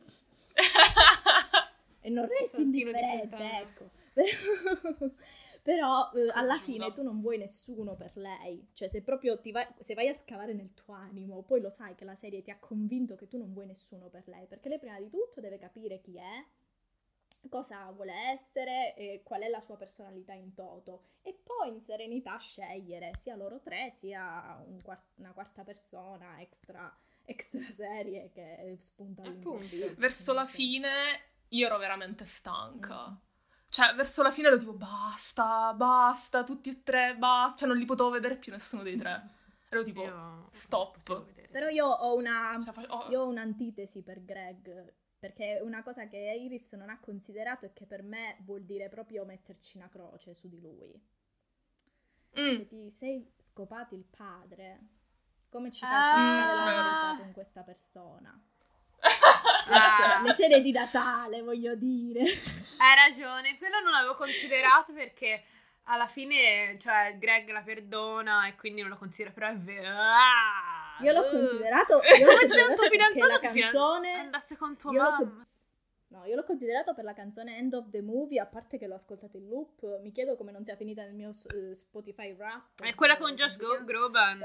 e non resti Tantino di indifferente, Fontana. ecco. Però, però, eh, alla Congiunga. fine tu non vuoi nessuno per lei, cioè se proprio ti vai, se vai a scavare nel tuo animo, poi lo sai che la serie ti ha convinto che tu non vuoi nessuno per lei, perché lei prima di tutto deve capire chi è, cosa vuole essere, e qual è la sua personalità in toto, e poi in serenità scegliere sia loro tre sia un quart- una quarta persona extra, extra serie che spunta Appunto. all'improvviso. Verso la Quindi, fine io ero veramente stanca. Mm. Cioè, verso la fine ero tipo, basta, basta, tutti e tre, basta. Cioè, non li potevo vedere più nessuno dei tre. Ero tipo, Io stop. potevo vedere. Però io ho una, Cioè, fa- oh, io ho un'antitesi per Greg, perché una cosa che Iris non ha considerato è che per me vuol dire proprio metterci una croce su di lui. mm, Se ti sei scopato il padre, come ci fai Ah. passare la Mm. vita con questa persona? Ah. Le cene di Natale, voglio dire. Hai ragione, quello non l'avevo considerato perché alla fine, cioè, Greg la perdona e quindi non lo considera, però è vero. Ah, Io l'ho uh. considerato, io l'ho Come se un considerato tuo perché fidanzato la ti fidan- canzone... andasse con tua io l'ho mamma. con- No, io l'ho considerato per la canzone End of the Movie, a parte che l'ho ascoltata in loop, mi chiedo come non sia finita nel mio eh, Spotify Rap. È quella eh, con Josh come si Go- chiama? Groban.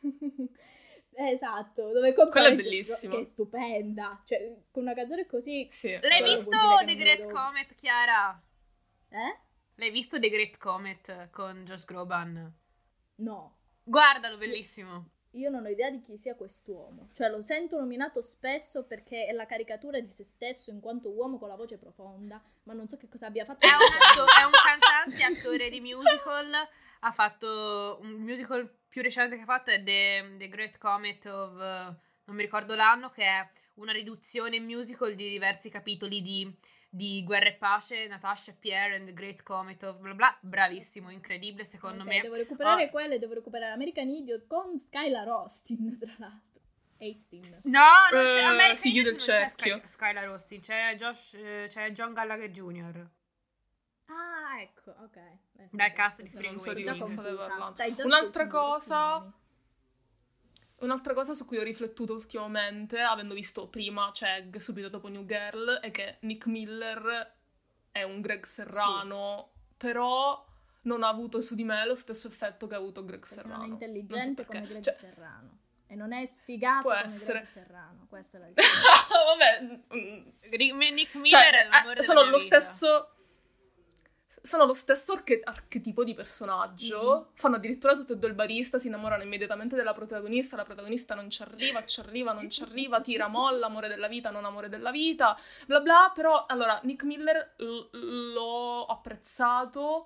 Esatto, dove compare Quella è Josh Gro- bellissima. che è stupenda, cioè con una canzone così... sì. L'hai Quello visto vuol dire che The non me Great lo devo- Comet, Chiara? Eh? L'hai visto The Great Comet con Josh Groban? No, Guardalo, bellissimo. io non ho idea di chi sia quest'uomo, cioè lo sento nominato spesso perché è la caricatura di se stesso in quanto uomo con la voce profonda, ma non so che cosa abbia fatto. È un, atto- è un cantante, attore di musical. Ha fatto un musical più recente che ha fatto è The, The Great Comet of uh, non mi ricordo l'anno, che è una riduzione musical di diversi capitoli di, di Guerra e Pace, Natasha e Pierre and The Great Comet of bla bla. Bravissimo, incredibile secondo Ok, me. devo recuperare Ah. quelle, devo recuperare American Idiot con Skylar Austin, tra l'altro. Austin. No, non c'è Eh, American si chiude il Idiot, non c'è cerchio. Sky- Skylar Austin, c'è Josh, eh, c'è John Gallagher junior Ah, ecco, ok. Ecco, Dal cast di sto- Spring sto Awakening. già State confusa. parlando. Stai già Un'altra spulciando troppi cosa- nomi. Un'altra cosa su cui ho riflettuto ultimamente, avendo visto prima Chegg subito dopo New Girl, è che Nick Miller è un Greg Serrano, però non ha avuto su di me lo stesso effetto che ha avuto Greg Perché Serrano. non è Non so intelligente perché. come Greg Cioè, Serrano. E non è sfigato può come essere. Greg Serrano. Questa è la risposta. vabbè, mm, Nick Miller cioè, è l'amore eh, sono della lo mia vita. stesso sono lo stesso arche- archetipo di personaggio, Mm-hmm. fanno addirittura tutte e due il barista, si innamorano immediatamente della protagonista, la protagonista non ci arriva, ci arriva, non ci arriva, tira, molla, amore della vita, non amore della vita, bla bla, però allora Nick Miller l- l'ho apprezzato,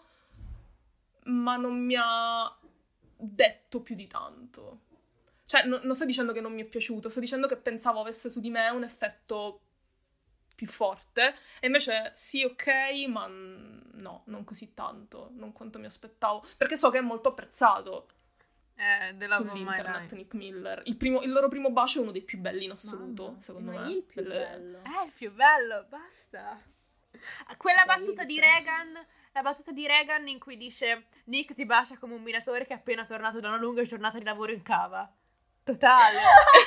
ma non mi ha detto più di tanto. Cioè, no- non sto dicendo che non mi è piaciuto, sto dicendo che pensavo avesse su di me un effetto più forte, e invece sì, ok, ma no, non così tanto, non quanto mi aspettavo, perché so che è molto apprezzato Eh, The Love of My sull'internet Life. Nick Miller. Il, primo, il loro primo bacio è uno dei più belli in assoluto, Mamma, secondo ma me. il più Delle- bello. È il più bello, basta. Quella Cioè, battuta io di so- Reagan, la battuta di Reagan in cui dice Nick ti bacia come un minatore che è appena tornato da una lunga giornata di lavoro in cava. Totale,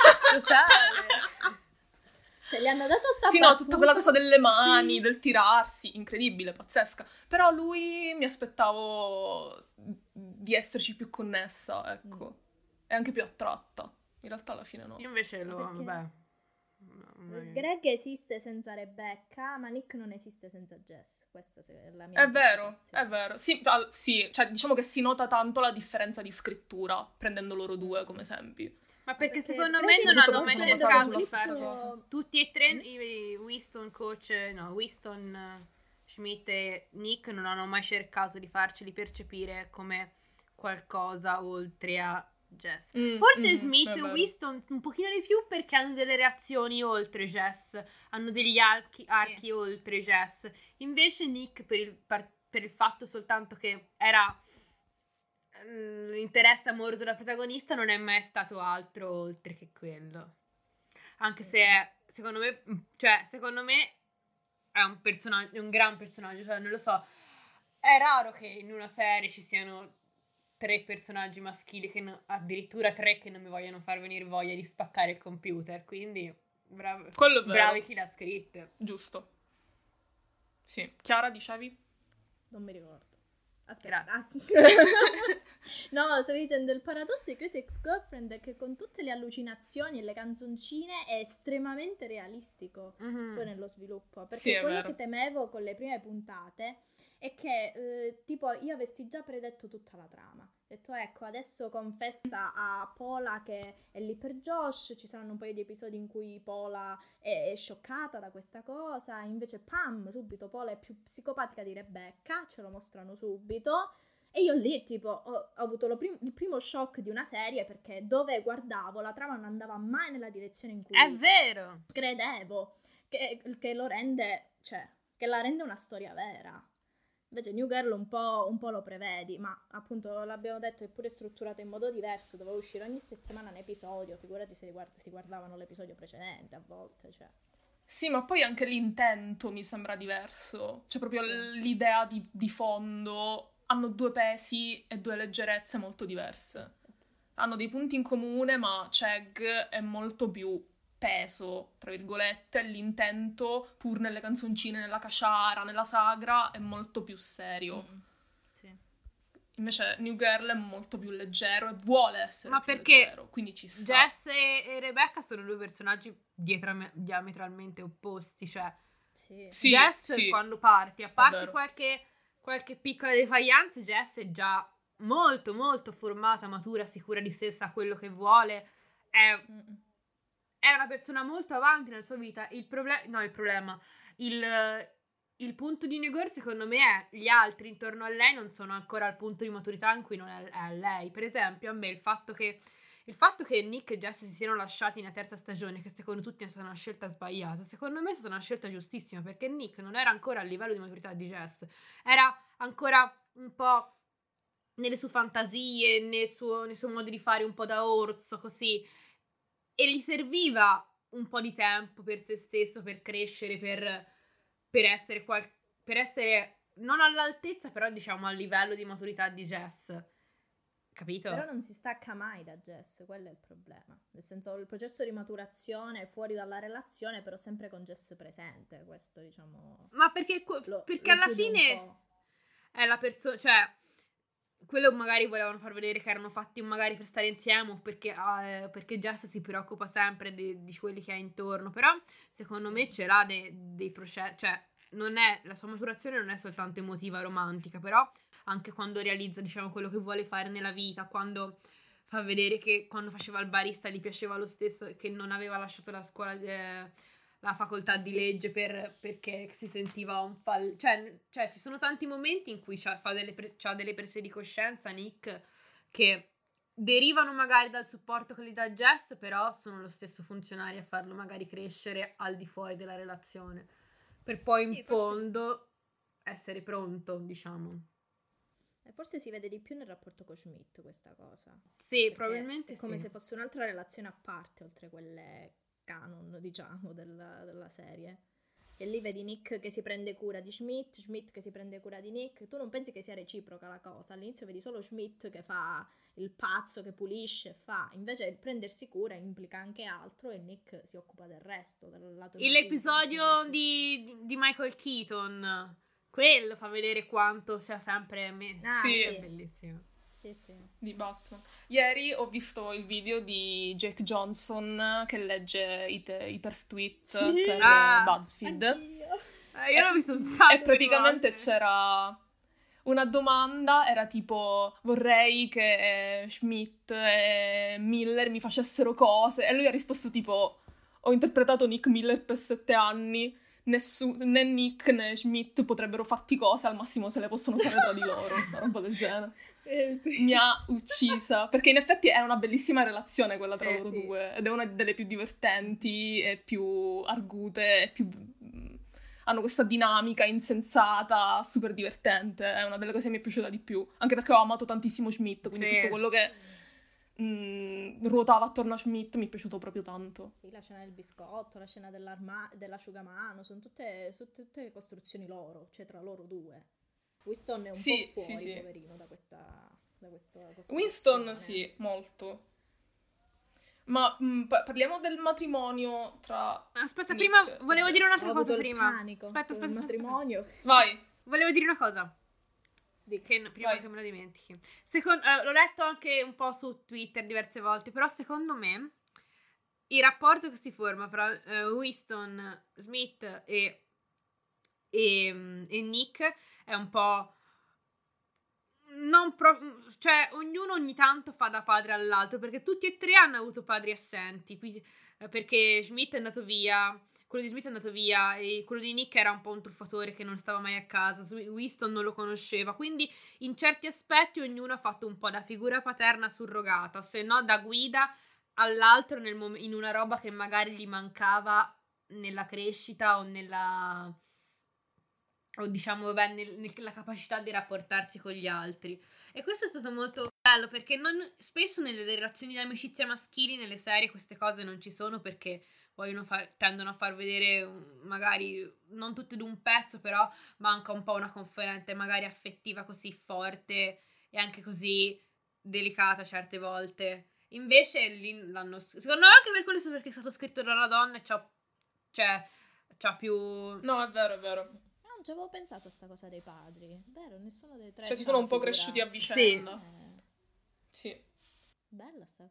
totale. Cioè, le hanno dato sta Sì, no, battuta. tutta quella cosa delle mani, Sì. del tirarsi, incredibile, pazzesca. Però lui mi aspettavo di esserci più connessa, ecco. E anche più attratta. In realtà alla fine no. Io invece lo... Perché? vabbè. No, non- Greg esiste senza Rebecca, ma Nick non esiste senza Jess. Questa è la mia È vero, interpretazione. è vero. Sì, al- sì, cioè diciamo che si nota tanto la differenza di scrittura, prendendo loro due come esempi. Ma perché, Perché secondo me presi non in hanno mai considerazione cercato sulla di stessa farci cosa. tutti e tre Mm? i Winston coach, no, Winston eh, Schmidt e Nick non hanno mai cercato di farceli percepire come qualcosa oltre a Jess. Mm, Forse mhm, Smith è e vero. Winston un pochino di più perché hanno delle reazioni oltre Jess, hanno degli archi, archi oltre Jess. Invece Nick per il, par- per il fatto soltanto che era mm, l'interesse amoroso della protagonista non è mai stato altro oltre che quello. Anche se è, secondo me, cioè, secondo me è un personaggio, è un gran personaggio, cioè, non lo so. È raro che in una serie ci siano tre personaggi maschili, che no- addirittura tre che non mi vogliono far venire voglia di spaccare il computer, quindi bravo, Quello è vero. bravi chi l'ha scritto. Giusto. Sì. Chiara, dicevi? Non mi ricordo. Aspetta. Grazie. Ah. No, stavo dicendo, il paradosso di Crazy Ex-Girlfriend è che con tutte le allucinazioni e le canzoncine è estremamente realistico Mhm. poi nello sviluppo. Perché Sì, è quello vero. che temevo con le prime puntate è che, eh, tipo, io avessi già predetto tutta la trama. Ho detto, ecco, adesso confessa a Paula che è lì per Josh, ci saranno un paio di episodi in cui Paula è, è scioccata da questa cosa, invece pam, subito Paula è più psicopatica di Rebecca, ce lo mostrano subito. E io lì, tipo, ho, ho avuto lo prim- il primo shock di una serie perché dove guardavo la trama non andava mai nella direzione in cui È vero. credevo, che, che lo rende, cioè, che la rende una storia vera. Invece New Girl un po', un po' lo prevedi, ma appunto l'abbiamo detto, è pure strutturato in modo diverso, doveva uscire ogni settimana un episodio, figurati se guard- si guardavano l'episodio precedente a volte, cioè. Sì, ma poi anche l'intento mi sembra diverso. Cioè proprio Sì. l- l'idea di, di fondo. Hanno due pesi e due leggerezze molto diverse. Hanno dei punti in comune, ma Chegg è molto più peso, tra virgolette, l'intento, pur nelle canzoncine, nella caciara, nella sagra, è molto più serio. Mm, sì. Invece New Girl è molto più leggero e vuole essere Ma più perché leggero, quindi ci sta. Jess e, e Rebecca sono due personaggi dietra- diametralmente opposti, cioè Sì. Sì, Jess sì, quando parti, a è parte vero. qualche, qualche piccola defiance, Jess è già molto molto formata, matura, sicura di sé, sa quello che vuole, è, Mm-mm. è una persona molto avanti nella sua vita. Il problema, no, il problema, il, il punto di New Girl secondo me è gli altri intorno a lei non sono ancora al punto di maturità in cui non è, è lei. Per esempio, a me il fatto che il fatto che Nick e Jess si siano lasciati nella terza stagione, che secondo tutti è stata una scelta sbagliata, secondo me è stata una scelta giustissima, perché Nick non era ancora a livello di maturità di Jess, era ancora un po' nelle sue fantasie, nel suo, nei suoi modi di fare un po' da orso, così, e gli serviva un po' di tempo per se stesso, per crescere, per, per essere qual- per essere non all'altezza, però diciamo a livello di maturità di Jess. Capito? Però non si stacca mai da Jess, quello è il problema. Nel senso, il processo di maturazione è fuori dalla relazione, però sempre con Jess presente. Questo, diciamo. Ma perché, Lo, perché lo alla chiude un fine po'. è la persona, cioè quello magari volevano far vedere che erano fatti magari per stare insieme, o perché, eh, perché Jess si preoccupa sempre di, di quelli che ha intorno, però secondo me ce l'ha dei, dei processi, cioè non è, la sua maturazione non è soltanto emotiva, romantica, però anche quando realizza, diciamo, quello che vuole fare nella vita, quando fa vedere che quando faceva il barista gli piaceva lo stesso e che non aveva lasciato la scuola, eh, la facoltà di legge per, perché si sentiva un fall... Cioè, cioè, ci sono tanti momenti in cui c'ha, fa delle, pre- c'ha delle prese di coscienza, Nick, che derivano magari dal supporto che gli dà Jess, però sono lo stesso funzionari a farlo magari crescere al di fuori della relazione, per poi in Sì, forse- fondo essere pronto, diciamo. E forse si vede di più nel rapporto con Schmidt questa cosa. Sì, Perché probabilmente è come sì. se fosse un'altra relazione a parte, oltre quelle canon, diciamo, della, della serie. E lì vedi Nick che si prende cura di Schmidt, Schmidt che si prende cura di Nick. Tu non pensi che sia reciproca la cosa? All'inizio vedi solo Schmidt che fa il pazzo, che pulisce, fa. Invece il prendersi cura implica anche altro e Nick si occupa del resto, del lato emotivo, L'episodio mettiamola così. di, di Michael Keaton, quello fa vedere quanto sia sempre me. Ah, Sì. sì. È bellissimo. Sì, sì. Di Batman. Ieri ho visto il video di Jake Johnson che legge i, te- i test tweet Sì. per Ah, eh, BuzzFeed. Anch'io. Eh, io l'ho visto un sacco E praticamente di volte. c'era una domanda, era tipo vorrei che eh, Schmidt e Miller mi facessero cose, e lui ha risposto tipo ho interpretato Nick Miller per sette anni, nessu- né Nick né Schmidt potrebbero farti cose, al massimo se le possono fare tra di loro, una roba del genere. Mi ha uccisa, perché in effetti è una bellissima relazione quella tra Eh, loro sì. due, ed è una delle più divertenti e più argute e più... hanno questa dinamica insensata, super divertente, è una delle cose che mi è piaciuta di più, anche perché ho amato tantissimo Schmidt, quindi Sì. tutto quello che mh, ruotava attorno a Schmidt mi è piaciuto proprio tanto. Sì, la scena del biscotto, la scena dell'arma- dell'asciugamano, sono tutte, sono tutte costruzioni loro, cioè tra loro due. Winston è un Sì, po' sì, fuori, sì. poverino, da questa, da questa costruzione. Winston sì, molto. Ma mh, pa- parliamo del matrimonio tra Aspetta, Nick prima e volevo dire Jess. un'altra Ho cosa avuto il prima. panico Aspetta, sul aspetta, aspetta. matrimonio. Vai. Volevo dire una cosa. Dica. Che n- prima Vai. che me lo dimentichi. Secondo, allora, l'ho letto anche un po' su Twitter diverse volte, però secondo me il rapporto che si forma fra eh, Winston, Smith e, e, mm, e Nick è un po'... Non pro- cioè, ognuno ogni tanto fa da padre all'altro, perché tutti e tre hanno avuto padri assenti, qui- eh, perché Schmidt è andato via, quello di Smith è andato via, e quello di Nick era un po' un truffatore che non stava mai a casa, Swi- Winston non lo conosceva, quindi in certi aspetti ognuno ha fatto un po' da figura paterna surrogata, se no da guida all'altro nel mom- in una roba che magari gli mancava nella crescita o nella... o diciamo, vabbè, nel- nella capacità di rapportarsi con gli altri. E questo è stato molto bello, perché non- spesso nelle relazioni di amicizia maschili, nelle serie, queste cose non ci sono, perché vogliono fa- tendono a far vedere, um, magari, non tutte d'un pezzo, però manca un po' una conferente, magari affettiva così forte e anche così delicata certe volte. Invece lì l'hanno... Secondo me anche per questo, perché è stato scritto da una donna e c'ha... Cioè, c'ha più... No, è vero, è vero. Ah, non ci avevo pensato a sta cosa dei padri. Vero, nessuno dei tre Cioè si c'ha sono una un po' figura- cresciuti a vicenda. Eh, Sì. bella sta.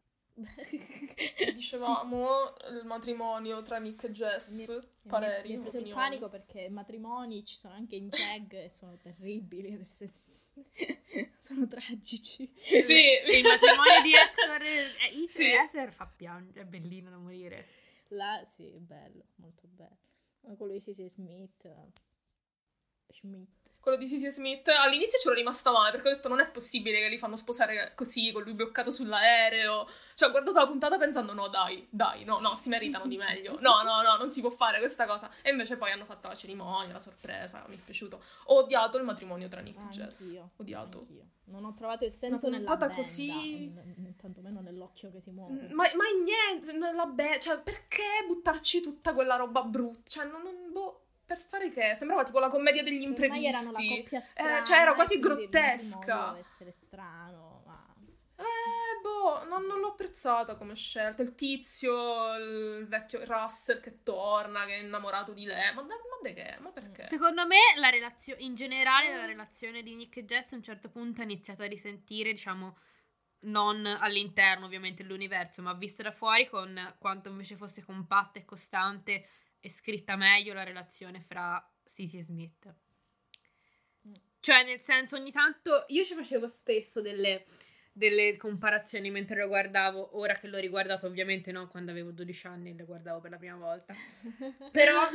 Dicevamo il matrimonio tra Nick e Jess, Mi pareri, mi è preso il opinioni. panico perché matrimoni ci sono anche in Jag e sono terribili. nel sen- sono tragici. Sì. Il matrimonio di Hector e Heath Sì. e Heather fa piangere, è bellino da morire. Là, sì, bello, molto bello. Ma quello di Sissy Smith. Schmidt. Quello di Sissy Smith, all'inizio c'ero rimasta male perché ho detto non è possibile che li fanno sposare così, con lui bloccato sull'aereo. Cioè ho guardato la puntata pensando no dai, dai, no, no, si meritano di meglio. No, no, no, non si può fare questa cosa. E invece poi hanno fatto la cerimonia, la sorpresa, mi è piaciuto. Ho odiato il matrimonio tra Nick e Jess. Anch'io. Odiato. Anch'io. Non ho trovato il senso Una nella puntata benda, così- n- n- tantomeno nell'occhio che si muove. Ma, ma niente, la be- cioè perché buttarci tutta quella roba brutta? Cioè non, non boh, per fare che? Sembrava tipo la commedia degli Ormai imprevisti. erano la coppia strana, Eh, cioè era e quasi quindi il grottesca. matrimonio deve essere strano, ma... Eh, boh, non, non l'ho apprezzata come scelta. Il tizio, il vecchio Russell che torna, che è innamorato di lei. Ma, da- ma de che? Ma perché? Secondo me la relazione, in generale la relazione di Nick e Jess a un certo punto ha iniziato a risentire, diciamo, non all'interno ovviamente dell'universo, ma vista da fuori, con quanto invece fosse compatta e costante e scritta meglio la relazione fra Sissy e Smith. Cioè, nel senso, ogni tanto io ci facevo spesso delle, delle comparazioni mentre lo guardavo, ora che l'ho riguardato ovviamente non quando avevo dodici anni, lo guardavo per la prima volta. Però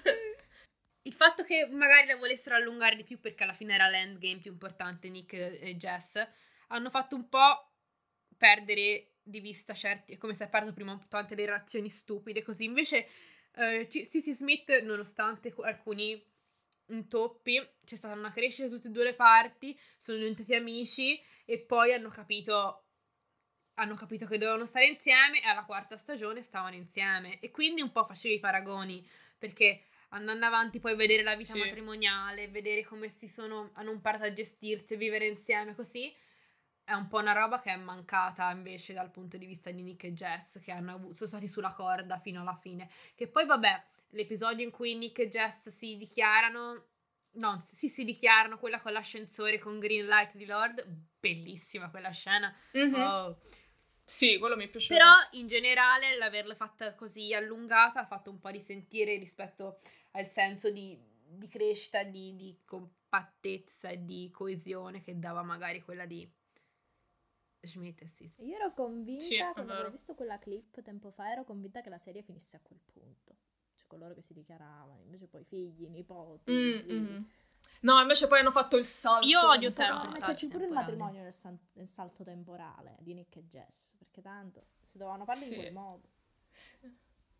il fatto che magari la volessero allungare di più, perché alla fine era l'endgame più importante, Nick e Jess, hanno fatto un po' perdere di vista certi, come si è parlato prima, tante le relazioni stupide, così. Invece eh, Sissy Smith, nonostante alcuni intoppi, c'è stata una crescita da tutte e due le parti, sono diventati amici e poi hanno capito hanno capito che dovevano stare insieme e alla quarta stagione stavano insieme e quindi un po' facevi i paragoni, perché andando avanti poi vedere la vita sì. matrimoniale, vedere come si sono hanno imparato a gestirsi, vivere insieme così, è un po' una roba che è mancata invece dal punto di vista di Nick e Jess, che hanno avuto, sono stati sulla corda fino alla fine. Che poi vabbè, l'episodio in cui Nick e Jess si dichiarano, no, sì, si dichiarano, quella con l'ascensore con Green Light di Lord, bellissima quella scena. Mm-hmm. Oh. Sì, quello mi è piaciuto. Però in generale l'averla fatta così allungata ha fatto un po' risentire rispetto al senso di, di crescita, di, di compattezza e di coesione che dava magari quella di Schmidt e sì. Io ero convinta, sì, quando avevo visto quella clip tempo fa, ero convinta che la serie finisse a quel punto. Cioè coloro che si dichiaravano, invece poi figli, nipoti, mm, zii. Mm. No, invece poi hanno fatto il salto. Io odio temporale. sempre il salto Metterci pure il temporale. matrimonio nel, san- nel salto temporale di Nick e Jess, perché tanto si dovevano fare Sì. in quel modo. Sì.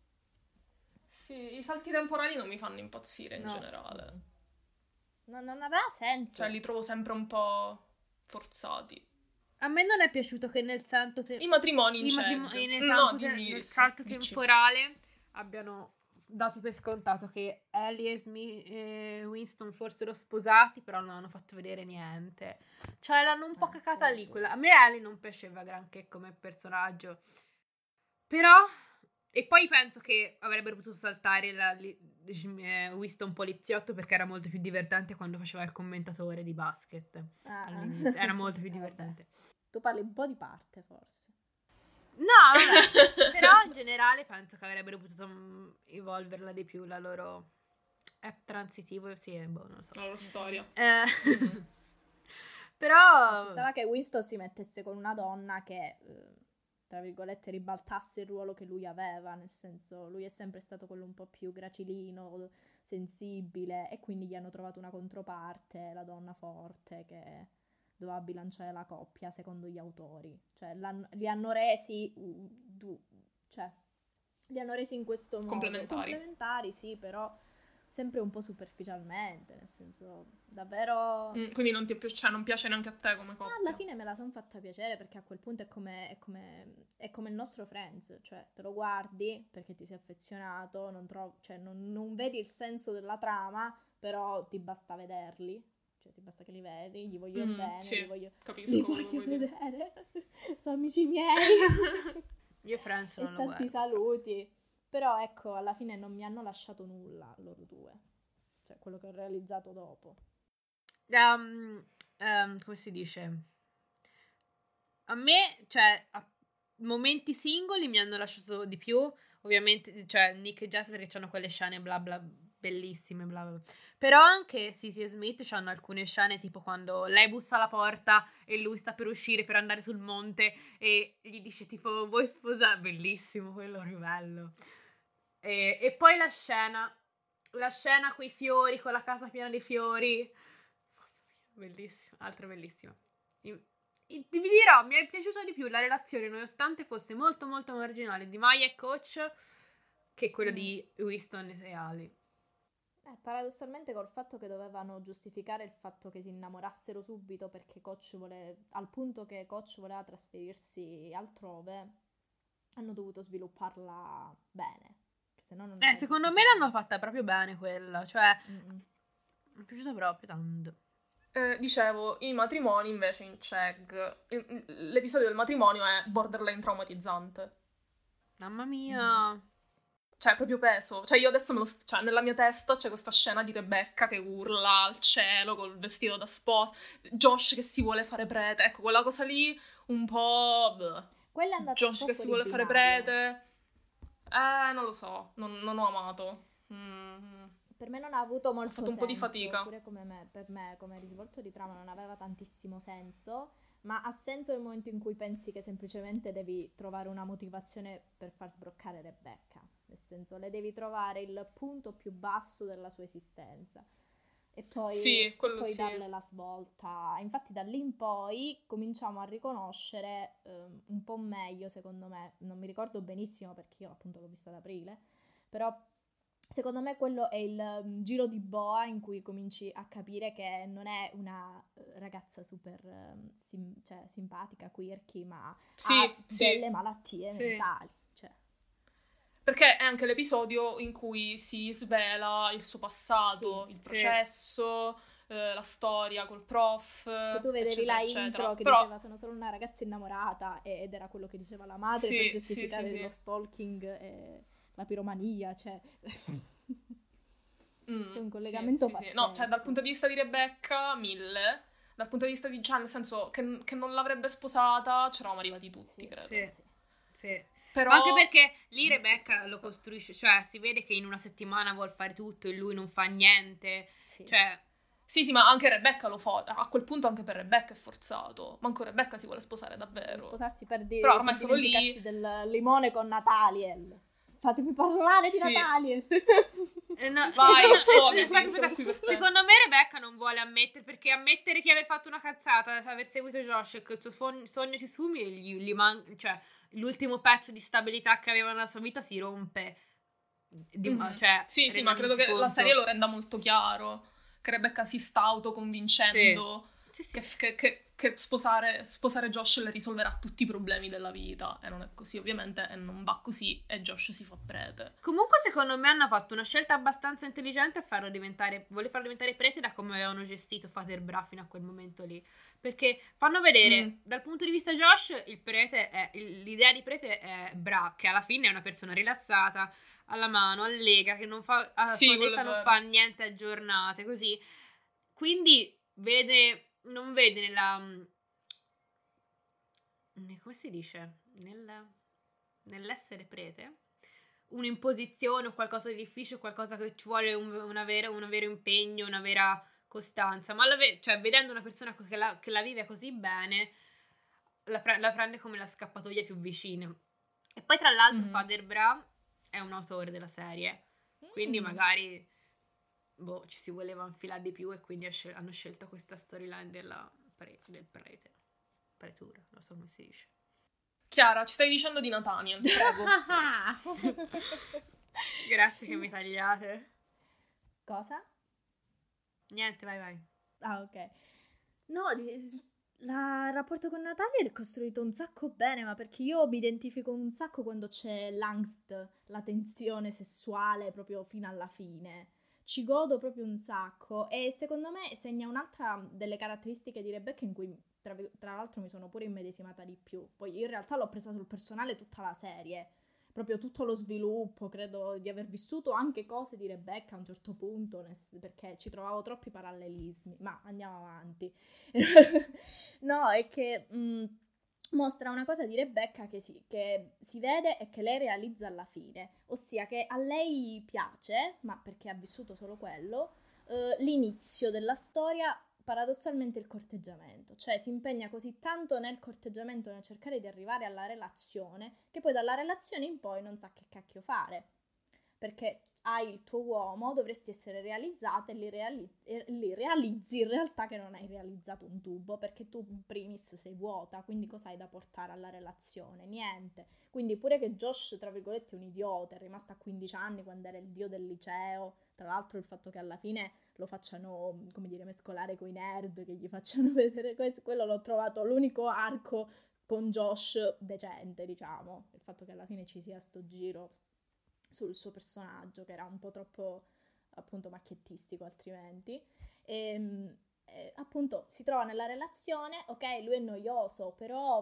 Sì, i salti temporali non mi fanno impazzire in No. generale. No, non aveva senso. Cioè, li trovo sempre un po' forzati. A me non è piaciuto che nel salto te- I matrimoni in i Chegg. matrimo- nel No, salto, te- dimmi, nel Iris, salto dici. temporale abbiano dato per scontato che Ellie e, Smith, e Winston fossero sposati, però non hanno fatto vedere niente. Cioè l'hanno un po' Eh, cacata quello lì sì. quella. A me Ellie non piaceva granché come personaggio, però e poi penso che avrebbero potuto saltare la, li, eh, Winston poliziotto, perché era molto più divertente quando faceva il commentatore di basket Ah, all'inizio, era molto più eh, divertente. Tu parli un po' di parte, forse. No, vabbè, però in generale penso che avrebbero potuto mm, evolverla di più, la loro è transitivo, sì, boh, non lo so. La loro storia. Eh, Mm. però Ci stava che Winston si mettesse con una donna che, eh, tra virgolette, ribaltasse il ruolo che lui aveva, nel senso, lui è sempre stato quello un po' più gracilino, sensibile, e quindi gli hanno trovato una controparte, la donna forte, che doveva bilanciare la coppia, secondo gli autori. Cioè, l'hanno- li hanno resi, uh, du- cioè, li hanno resi in questo modo. Complementari. Complementari, sì, però sempre un po' superficialmente, nel senso, davvero... Mm, quindi non ti è pi- cioè, non piace neanche a te come coppia. Alla fine me la son fatta piacere, perché a quel punto è come, è come, è come il nostro Friends, cioè te lo guardi perché ti sei affezionato, non, trovi, cioè, non, non vedi il senso della trama, però ti basta vederli, cioè ti basta che li vedi, gli voglio Mm, bene, sì, li voglio, capisco li quello che voglio vuoi dire. vedere, sono amici miei. io Friends E non lo tanti guardo. saluti. Però ecco, alla fine non mi hanno lasciato nulla loro due, cioè quello che ho realizzato dopo. Um, um, come si dice? A me, cioè, a momenti singoli mi hanno lasciato di più, ovviamente, cioè Nick e Jess, perché hanno quelle scene bla bla bellissime, bla bla. Però anche Sissy e Smith hanno alcune scene, tipo quando lei bussa alla porta e lui sta per uscire per andare sul monte e gli dice tipo vuoi sposare? Bellissimo, quello ribello. E, e poi la scena, la scena con i fiori, con la casa piena di fiori. Bellissima, altra bellissima. Io- i- vi dirò, mi è piaciuta di più la relazione, nonostante fosse molto molto marginale, di Maya e Coach che quella Mm. di Winston e Ali. Eh, paradossalmente col fatto che dovevano giustificare il fatto che si innamorassero subito, perché Coach vole... al punto che Coach voleva trasferirsi altrove, hanno dovuto svilupparla bene. Se no non Eh, era secondo me giustificabile. l'hanno fatta proprio bene quella, cioè Mm-mm. mi è piaciuta proprio tanto. Eh, dicevo, i matrimoni invece in Chegg. il- L'episodio del matrimonio è borderline traumatizzante. Mamma mia. cioè proprio peso. Cioè io adesso me lo... st- cioè nella mia testa c'è questa scena di Rebecca che urla al cielo col vestito da sposa, Josh che si vuole fare prete, ecco, quella cosa lì un po'... bleh. Quella è andata un Josh po' che si fuori vuole fare binario. prete... Eh, non lo so, non, non ho amato. Mm. Per me non ha avuto molto fatto un senso, po' di fatica. pure come me, per me come risvolto di trama non aveva tantissimo senso, ma ha senso nel momento in cui pensi che semplicemente devi trovare una motivazione per far sbroccare Rebecca, nel senso le devi trovare il punto più basso della sua esistenza e poi, Sì, e quello poi sì. darle la svolta. Infatti da lì in poi cominciamo a riconoscere ehm, un po' meglio, secondo me, non mi ricordo benissimo perché io appunto l'ho vista ad aprile, però secondo me quello è il um, giro di boa in cui cominci a capire che non è una uh, ragazza super um, sim- cioè, simpatica, quirky, ma Sì, ha sì. delle malattie Sì. mentali. Cioè. Perché è anche l'episodio in cui si svela il suo passato, Sì, il sì. processo, eh, la storia col prof, Che tu vedevi eccetera, la eccetera. intro che Però, diceva sono solo una ragazza innamorata e- ed era quello che diceva la madre Sì, per sì, giustificare sì, sì. lo stalking e la piromania, cioè mm, c'è un sì, collegamento sì, sì. pazzesco. No, cioè dal punto di vista di Rebecca, mille. Dal punto di vista di Gian, nel senso che, che non l'avrebbe sposata, c'eravamo arrivati tutti, Sì, credo. Sì, sì. sì. Però... Ma anche perché lì non c'è Rebecca troppo. lo costruisce, cioè si vede che in una settimana vuol fare tutto e lui non fa niente, Sì. cioè Sì, sì, ma anche Rebecca lo fa. A quel punto anche per Rebecca è forzato. Manco Rebecca si vuole sposare Per davvero. sposarsi per, di- Però per ormai sono lì. dimenticarsi del limone con Nathaniel. Fatemi parlare di Sì. Nathaniel. Eh, no, Vai, no, sfogati, aspetta, siamo aspetta. qui per te. Secondo me Rebecca non vuole ammettere, perché ammettere che aver fatto una cazzata, aver seguito Josh e che il suo fon- sogno si sfumi, gli, gli man- cioè l'ultimo pezzo di stabilità che aveva nella sua vita si rompe. Di- Mhm. cioè, Sì, sì, ma credo rendendosi che la conto. serie lo renda molto chiaro. Che Rebecca si sta autoconvincendo Sì, sì, sì. che, che- che- che sposare, sposare Josh le risolverà tutti i problemi della vita. E non è così, ovviamente, e non va così, e Josh si fa prete. Comunque secondo me hanno fatto una scelta abbastanza intelligente a farlo diventare, voler farlo diventare prete da come avevano gestito Father Bra fino a quel momento lì, perché fanno vedere Mm. dal punto di vista Josh il prete è, il- l'idea di prete è Bra, che alla fine è una persona rilassata, alla mano, allega, che non fa, a Sì, sua quello detta è non vero. fa niente a giornate, così, quindi vede, non vede nella, ne- come si dice, nel, nell'essere prete un'imposizione o qualcosa di difficile, qualcosa che ci vuole un, una vera- un vero impegno, una vera costanza, ma la ve- cioè, vedendo una persona che la, che la vive così bene, la, pre- la prende come la scappatoia più vicina. E poi tra l'altro Mhm. Father Bra è un autore della serie, quindi Mm. magari boh, ci si voleva infilare di più e quindi ha scel- hanno scelto questa storyline della pre- del prete. Pretura, non so come si dice. Chiara, ci stai dicendo di Nathaniel, prego. Grazie che mi tagliate. Cosa? Niente, vai vai. Ah, ok. No, di- la- il rapporto con Natalia è costruito un sacco bene, ma perché io mi identifico un sacco quando c'è l'angst, la tensione sessuale proprio fino alla fine. Ci godo proprio un sacco e secondo me segna un'altra delle caratteristiche di Rebecca in cui tra, tra l'altro mi sono pure immedesimata di più. Poi in realtà l'ho presa sul personale tutta la serie. Proprio tutto lo sviluppo, credo di aver vissuto anche cose di Rebecca a un certo punto, nel- perché ci trovavo troppi parallelismi, ma andiamo avanti. No, è che mh, mostra una cosa di Rebecca che si, che si vede e che lei realizza alla fine, ossia che a lei piace, ma perché ha vissuto solo quello, eh, l'inizio della storia, paradossalmente il corteggiamento, cioè si impegna così tanto nel corteggiamento, nel cercare di arrivare alla relazione, che poi dalla relazione in poi non sa che cacchio fare, perché hai il tuo uomo, dovresti essere realizzata e li, reali- e li realizzi in realtà che non hai realizzato un tubo, perché tu in primis sei vuota, quindi cosa hai da portare alla relazione? Niente. Quindi pure che Josh, tra virgolette, è un idiota, è rimasto a quindici anni quando era il dio del liceo, tra l'altro il fatto che alla fine lo facciano, come dire, mescolare coi nerd, che gli facciano vedere questo, quello l'ho trovato l'unico arco con Josh decente, diciamo, il fatto che alla fine ci sia sto giro sul suo personaggio, che era un po' troppo, appunto, macchiettistico altrimenti, e, e appunto si trova nella relazione, ok, lui è noioso, però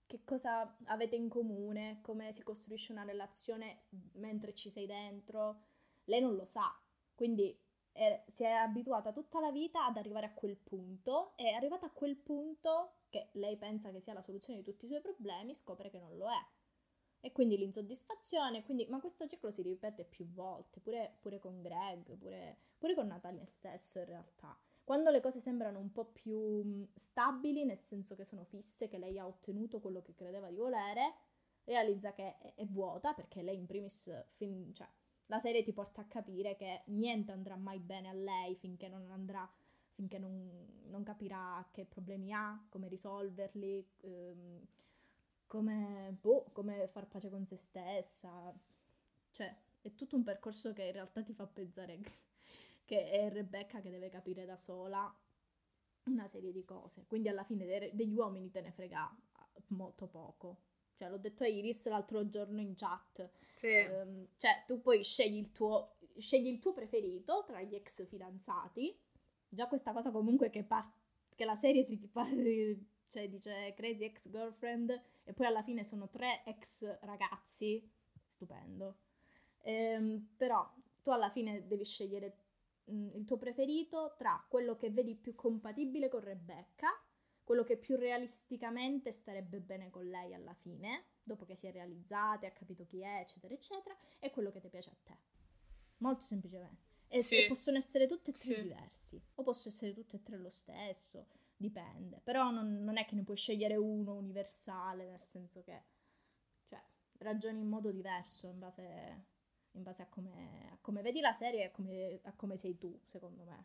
che cosa avete in comune, come si costruisce una relazione mentre ci sei dentro. Lei non lo sa, quindi è, si è abituata tutta la vita ad arrivare a quel punto, e arrivata a quel punto, che lei pensa che sia la soluzione di tutti i suoi problemi, scopre che non lo è. E quindi l'insoddisfazione, quindi, ma questo ciclo si ripete più volte, pure, pure con Greg, pure, pure con Natalia stesso in realtà. Quando le cose sembrano un po' più stabili, nel senso che sono fisse, che lei ha ottenuto quello che credeva di volere, realizza che è, è vuota, perché lei in primis, fin, cioè, la serie ti porta a capire che niente andrà mai bene a lei finché non andrà, finché non, non capirà che problemi ha, come risolverli, ehm, come, boh, come far pace con se stessa. Cioè, è tutto un percorso che in realtà ti fa pensare che è Rebecca che deve capire da sola una serie di cose. Quindi alla fine de- degli uomini te ne frega molto poco. Cioè, l'ho detto a Iris l'altro giorno in chat. Sì. Um, cioè, tu poi scegli il tuo scegli il tuo preferito tra gli ex fidanzati. Già questa cosa comunque che, par- che la serie si parla, cioè dice Crazy Ex Girlfriend, e poi alla fine sono tre ex ragazzi. Stupendo. Ehm, però tu alla fine devi scegliere mh, il tuo preferito tra quello che vedi più compatibile con Rebecca, quello che più realisticamente starebbe bene con lei alla fine, dopo che si è realizzata e ha capito chi è, eccetera, eccetera, e quello che ti piace a te. Molto semplicemente. E, Sì. e possono essere tutti e tre Sì. diversi, o possono essere tutti e tre lo stesso, dipende. Però non, non è che ne puoi scegliere uno universale, nel senso che, cioè, ragioni in modo diverso in base, in base a, come, a come vedi la serie e a come, a come sei tu, secondo me.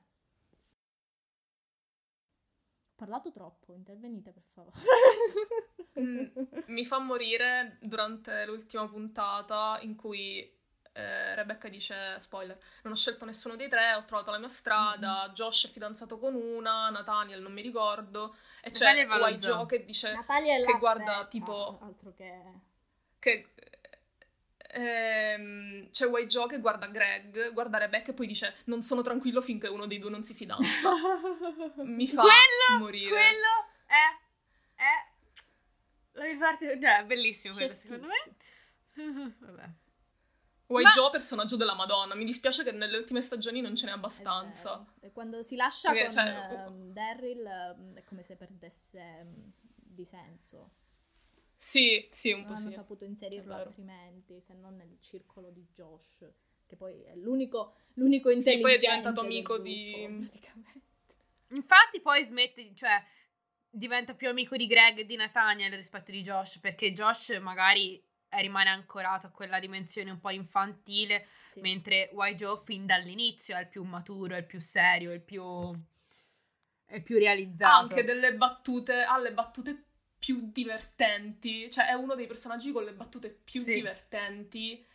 Ho parlato troppo, intervenite per favore. Mm, mi fa morire durante l'ultima puntata in cui eh, Rebecca dice, spoiler, non ho scelto nessuno dei tre, ho trovato la mia strada, mm-hmm. Josh è fidanzato con una, Nathaniel non mi ricordo, e c'è White Joe che dice, Natalia che guarda tipo... altro che... che ehm, c'è White Joe che guarda Greg, guarda Rebecca e poi dice, non sono tranquillo finché uno dei due non si fidanza. Mi fa quello, morire. Quello è... è... La mia parte... Cioè, è bellissimo quello, secondo me. Vabbè. White Ma... Joe, personaggio della Madonna. Mi dispiace che nelle ultime stagioni non ce n'è abbastanza. E quando si lascia Perché, con cioè, uh, Daryl è come se perdesse um, di senso. Sì, sì, un non po' hanno sì. saputo inserirlo altrimenti, se non nel circolo di Josh, che poi è l'unico, l'unico intelligente. Sì, poi è diventato amico gruppo, di... praticamente. Infatti poi smette, cioè, diventa più amico di Greg e di Nathaniel rispetto di Josh, perché Josh magari rimane ancorato a quella dimensione un po' infantile, sì. Mentre White Joe fin dall'inizio è il più maturo, è il più serio, è il più, è il più realizzato. Ha anche delle battute, ha le battute più divertenti, cioè è uno dei personaggi con le battute più sì. divertenti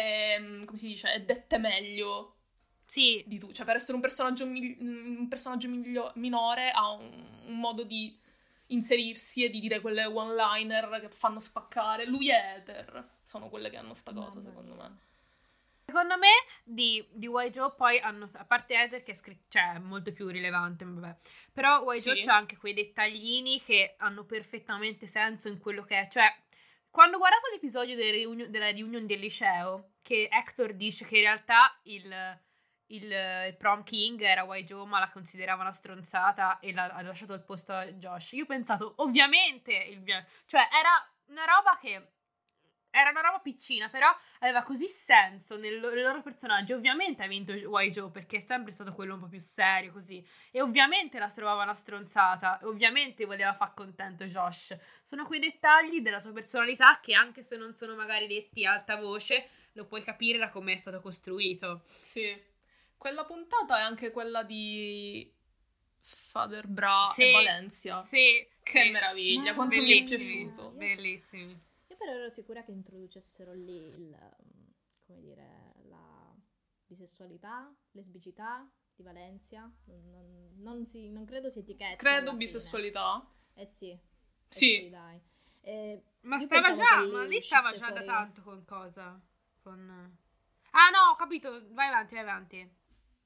e, come si dice, è dette meglio sì. di tu, cioè per essere un personaggio, mi- un personaggio miglio- minore ha un, un modo di inserirsi e di dire quelle one-liner che fanno spaccare. Lui e Heather sono quelle che hanno sta cosa, Mamma secondo mia. me. Secondo me di, di White Joe poi hanno, a parte Heather che è scritto, cioè è molto più rilevante, vabbè. Però White sì. Joe c'ha anche quei dettaglini che hanno perfettamente senso in quello che è, cioè quando guardate l'episodio del reunion, della reunion del liceo, che Hector dice che in realtà il, il, il prom king era White Joe ma la considerava una stronzata e l'ha, ha lasciato il posto a Josh, io ho pensato ovviamente il, cioè era una roba che era una roba piccina, però aveva così senso nel, nel loro personaggio. Ovviamente ha vinto White Joe perché è sempre stato quello un po' più serio così, e ovviamente la trovava una stronzata, ovviamente voleva far contento Josh. Sono quei dettagli della sua personalità che anche se non sono magari detti a alta voce lo puoi capire da come è stato costruito. Sì, quella puntata è anche quella di Father Bra sì, e Valencia. Sì, che sì. meraviglia, Ma quanto mi è piaciuto. Bellissimi. Io però ero sicura che introducessero lì il, come dire, la bisessualità, lesbicità di Valencia. Non, non, non, si, non credo si etichetti. Credo bisessualità. Eh sì. Eh sì. sì, dai. Eh, ma stava già, lì ma lì stava già fuori... da tanto con cosa? Con... Ah no, ho capito, vai avanti, vai avanti.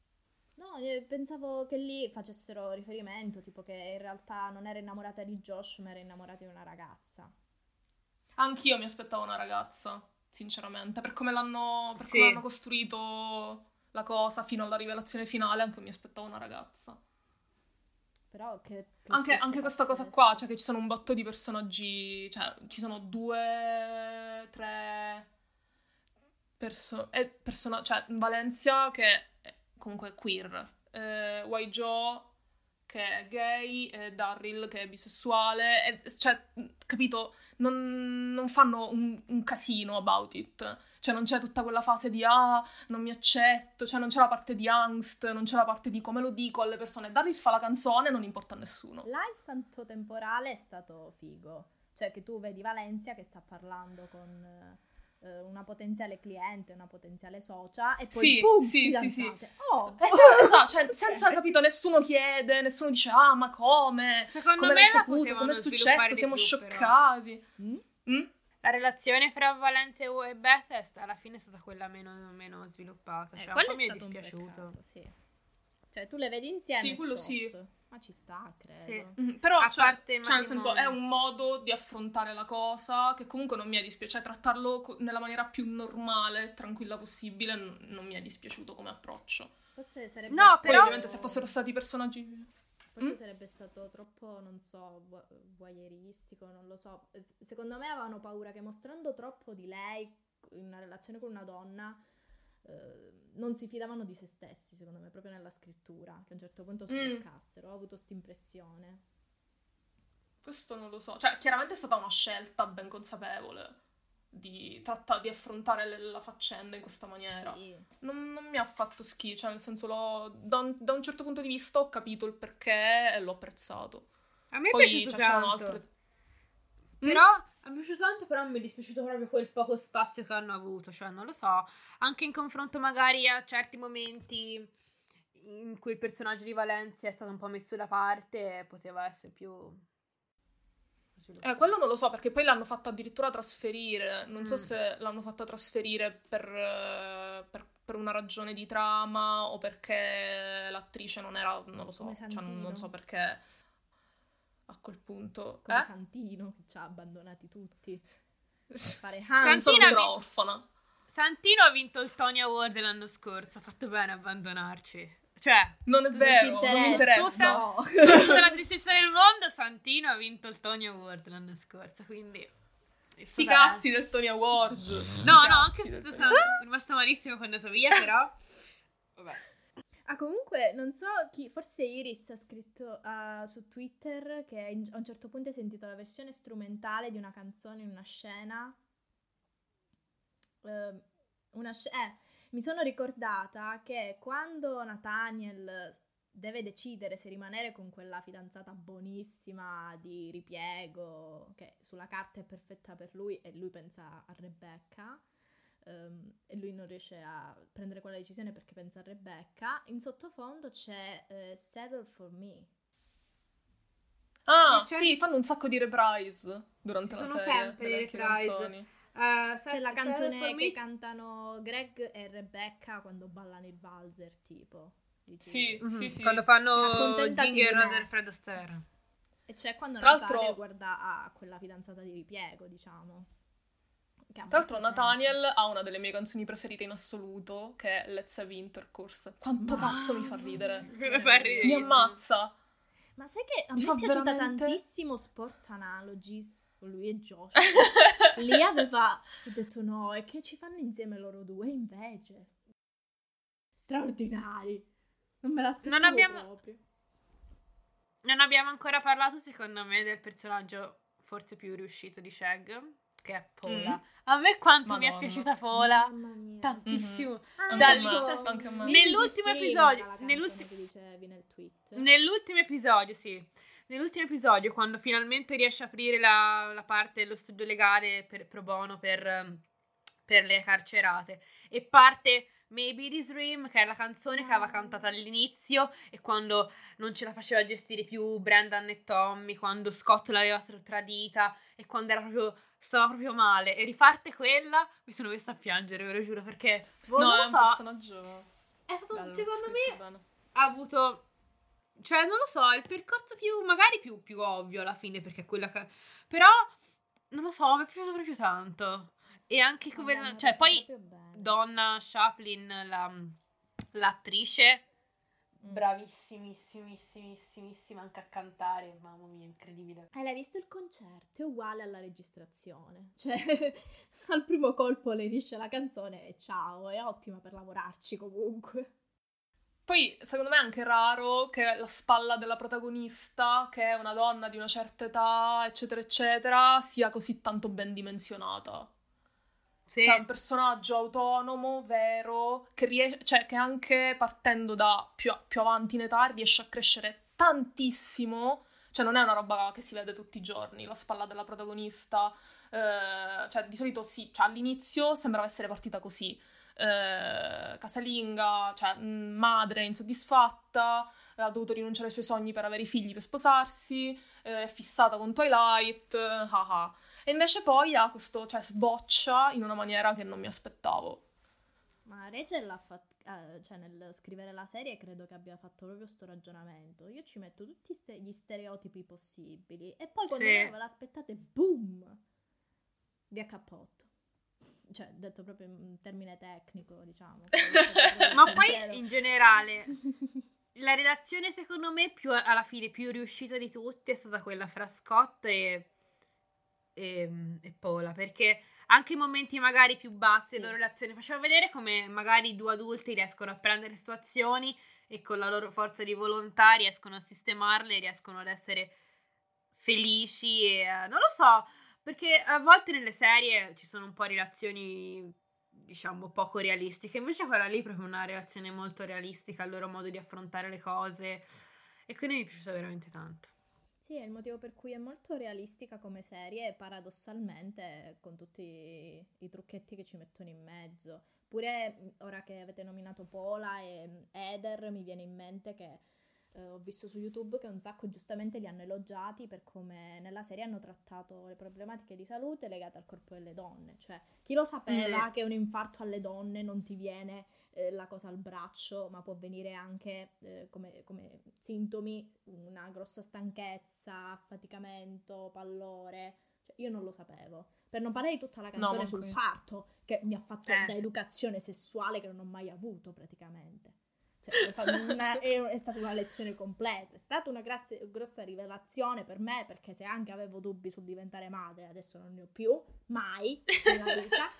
No, pensavo che lì facessero riferimento, tipo che in realtà non era innamorata di Josh, ma era innamorata di una ragazza. Anch'io mi aspettavo una ragazza, sinceramente, per come l'hanno, per Sì. come hanno costruito la cosa fino alla rivelazione finale, anche io mi aspettavo una ragazza. Però che plot Anche, twist anche questa cosa pazzesco. qua, cioè che ci sono un botto di personaggi, cioè ci sono due, tre perso- eh, persona- cioè Valencia che è comunque queer, eh, Wai Joe che è gay, e Darryl che è bisessuale, e, cioè, capito, non, non fanno un, un casino about it. Cioè non c'è tutta quella fase di ah, non mi accetto, cioè non c'è la parte di angst, non c'è la parte di come lo dico alle persone. Darryl fa la canzone, non importa a nessuno. Là il salto temporale è stato figo. Cioè che tu vedi Valencia che sta parlando con eh, una potenziale cliente, una potenziale socia e poi Sì, pum, sì, sì, fidanzate. Oh! Esatto, esatto, cioè Ok. senza, capito, nessuno chiede, nessuno dice ah, ma come? Secondo Come me l'hai la saputo? potevano Come è sviluppare successo? di Siamo più, scioccati. Mm? Mm? La relazione fra Valencia e Beth alla fine è stata quella meno, meno sviluppata. Eh, Cioè, un quello po' è mi è stato un dispiaciuto. peccato, sì. Cioè tu le vedi insieme Sì, quello stop. sì. Ma ci sta, credo. Sì. Mm, Però, A cioè, parte il cioè, nel senso, è matrimonio. un modo di affrontare la cosa che comunque non mi è dispiaciuto. Cioè, trattarlo co- nella maniera più normale e tranquilla possibile n- non mi è dispiaciuto come approccio. Forse sarebbe No, stato... Poi, però- ovviamente, se fossero stati personaggi... Forse Mm? sarebbe stato troppo, non so, vo- voyeuristico, non lo so. Eh, Secondo me avevano paura che mostrando troppo di lei in una relazione con una donna eh, non si fidavano di se stessi, secondo me, proprio nella scrittura, che a un certo punto sbloccassero. Ho avuto questa impressione. Questo non lo so. Cioè, chiaramente è stata una scelta ben consapevole di, tratta- di affrontare le- la faccenda in questa maniera. Sì. Non, non mi ha fatto schifo, cioè, nel senso, l'ho- da, un, da un certo punto di vista ho capito il perché e l'ho apprezzato. A me è Poi piaciuto cioè, c'erano tanto. altre... Però mi è piaciuto tanto, però mi è dispiaciuto proprio quel poco spazio che hanno avuto. Cioè, non lo so, anche in confronto magari a certi momenti in cui il personaggio di Valencia è stato un po' messo da parte, poteva essere più Eh, quello non lo so, perché poi l'hanno fatta addirittura trasferire. Non so Mm. se l'hanno fatta trasferire per, eh, per, per una ragione di trama o perché l'attrice non era, non lo so, Come cioè, non, non Santino. so perché a quel punto... Come Eh? Santino che ci ha abbandonati tutti. Per S- fare Sono Hans. Santino ha una vinto- orfana. Santino ha vinto il Tony Award l'anno scorso, ha fatto bene a abbandonarci. Cioè, Non è Non ci vero, non mi interessa. interessa. No. con tutta la tristezza del mondo, Santino ha vinto il Tony Award l'anno scorso, quindi... il suo Sti talento. cazzi del Tony Awards. No, Sti no, cazzi anche se del sono Tony- rimasto malissimo quando è andato via, però... Vabbè. Ah, comunque, non so chi, forse Iris ha scritto ah, su Twitter che in- a un certo punto hai sentito la versione strumentale di una canzone in una scena. Eh, una sc- eh, mi sono ricordata che quando Nathaniel deve decidere se rimanere con quella fidanzata buonissima di ripiego, che sulla carta è perfetta per lui, e lui pensa a Rebecca, ehm, e lui non riesce a prendere quella decisione perché pensa a Rebecca, in sottofondo c'è eh, Settle for Me. Ah, C'è- sì, fanno un sacco di reprise durante Ci la sono serie. sempre delle i vecchie reprise. canzoni. Eh, C'è Set- la Settle canzone for che Me- cantano Greg e Rebecca quando ballano il valzer, tipo. di Sì, Tidal. Mhm, sì, sì. quando fanno Accontentati Ding e di me. Roser Fred Astaire. E c'è quando Tra Nathaniel l'altro- guarda a quella fidanzata di ripiego, diciamo. Che ha Tra l'altro molto senso. Nathaniel ha una delle mie canzoni preferite in assoluto, che è Let's Have Intercourse. Quanto Mamma cazzo mi fa ridere. Mi fa ridere. Mi ammazza. Ma sai che a Mi me fa è piaciuta veramente- tantissimo Sport Analogies con lui e Josh. Lì aveva ho detto no, e che ci fanno insieme loro due, invece. Straordinari. Non me l'aspettavo Non abbiamo- proprio. Non abbiamo ancora parlato, secondo me, del personaggio forse più riuscito di Shag, che è Paula. Mm. A me quanto mi è Madonna. piaciuta Paula. Mamma mia. Tantissimo. Ah, Anche a me, Dall'inizio- anche a me. Baby Nell'ultimo Stream episodio- era la nell'ulti- canzone che dicevi nel tweet. Nell'ultimo episodio, sì. Nell'ultimo episodio, quando finalmente riesce a aprire la, la parte dello studio legale per, pro bono per, ehm, per le carcerate, e parte Maybe This Dream, che è la canzone che aveva cantato all'inizio, e quando non ce la faceva gestire più Brendan e Tommy, quando Scott l'aveva tradita, e quando era proprio, stava proprio male, e riparte quella, mi sono messa a piangere, ve lo giuro, perché boh, No, non è lo un so, personaggio è stato, bello, secondo scritto me, bene. ha avuto, cioè non lo so, il percorso più magari più, più ovvio alla fine, perché è quella che, però non lo so, mi è piaciuto proprio tanto. E anche come, Vabbè, ma cioè, resa poi proprio bene. Donna Chaplin, la, l'attrice, Mm. bravissimissimissima anche a cantare, mamma mia, incredibile. Eh, l'hai visto il concerto? È uguale alla registrazione. Cioè, al primo colpo le riesce la canzone e ciao, è ottima per lavorarci comunque. Poi, secondo me è anche raro che la spalla della protagonista, che è una donna di una certa età, eccetera, eccetera, sia così tanto ben dimensionata. Sì, Cioè, un personaggio autonomo, vero, che, rie- cioè, che anche partendo da più, più avanti in età riesce a crescere tantissimo. Cioè, non è una roba che si vede tutti i giorni, la spalla della protagonista. Eh, cioè, di solito sì, cioè, all'inizio sembrava essere partita così. Eh, casalinga, cioè, mh, madre insoddisfatta, ha dovuto rinunciare ai suoi sogni per avere i figli per sposarsi, eh, è fissata con Twilight, ah ah. E invece poi ha questo, cioè sboccia in una maniera che non mi aspettavo. Ma Rachel ha fatto, eh, cioè nel scrivere la serie credo che abbia fatto proprio sto ragionamento. Io ci metto tutti ste- gli stereotipi possibili e poi quando sì. meno ve l'aspettate, boom, via cappotto. Cioè, detto proprio in termine tecnico, diciamo. Ma poi in generale la relazione secondo me più alla fine più riuscita di tutte è stata quella fra Scott e, e, e Paula, perché anche in momenti magari più bassi Sì. della relazione faceva vedere come magari due adulti riescono a prendere situazioni e con la loro forza di volontà riescono a sistemarle, riescono ad essere felici e eh, non lo so, perché a volte nelle serie ci sono un po' relazioni diciamo poco realistiche, invece quella lì è proprio una relazione molto realistica al loro modo di affrontare le cose e quindi mi è piaciuta veramente tanto. Sì, è il motivo per cui è molto realistica come serie, paradossalmente, con tutti i, i trucchetti che ci mettono in mezzo. Pure ora che avete nominato Pola e Eder, mi viene in mente che eh, ho visto su YouTube che un sacco giustamente li hanno elogiati per come nella serie hanno trattato le problematiche di salute legate al corpo delle donne. Cioè, chi lo sapeva Sì. che un infarto alle donne non ti viene eh, la cosa al braccio, ma può venire anche eh, come, come sintomi una grossa stanchezza, affaticamento, pallore. Cioè, io non lo sapevo. Per non parlare di tutta la canzone No, sul manco io. parto, che mi ha fatto Eh, da sì. educazione sessuale che non ho mai avuto praticamente. Cioè, è, fa- una- è- è stata una lezione completa, è stata una grasse- grossa rivelazione per me, perché se anche avevo dubbi sul diventare madre, adesso non ne ho più, mai nella vita.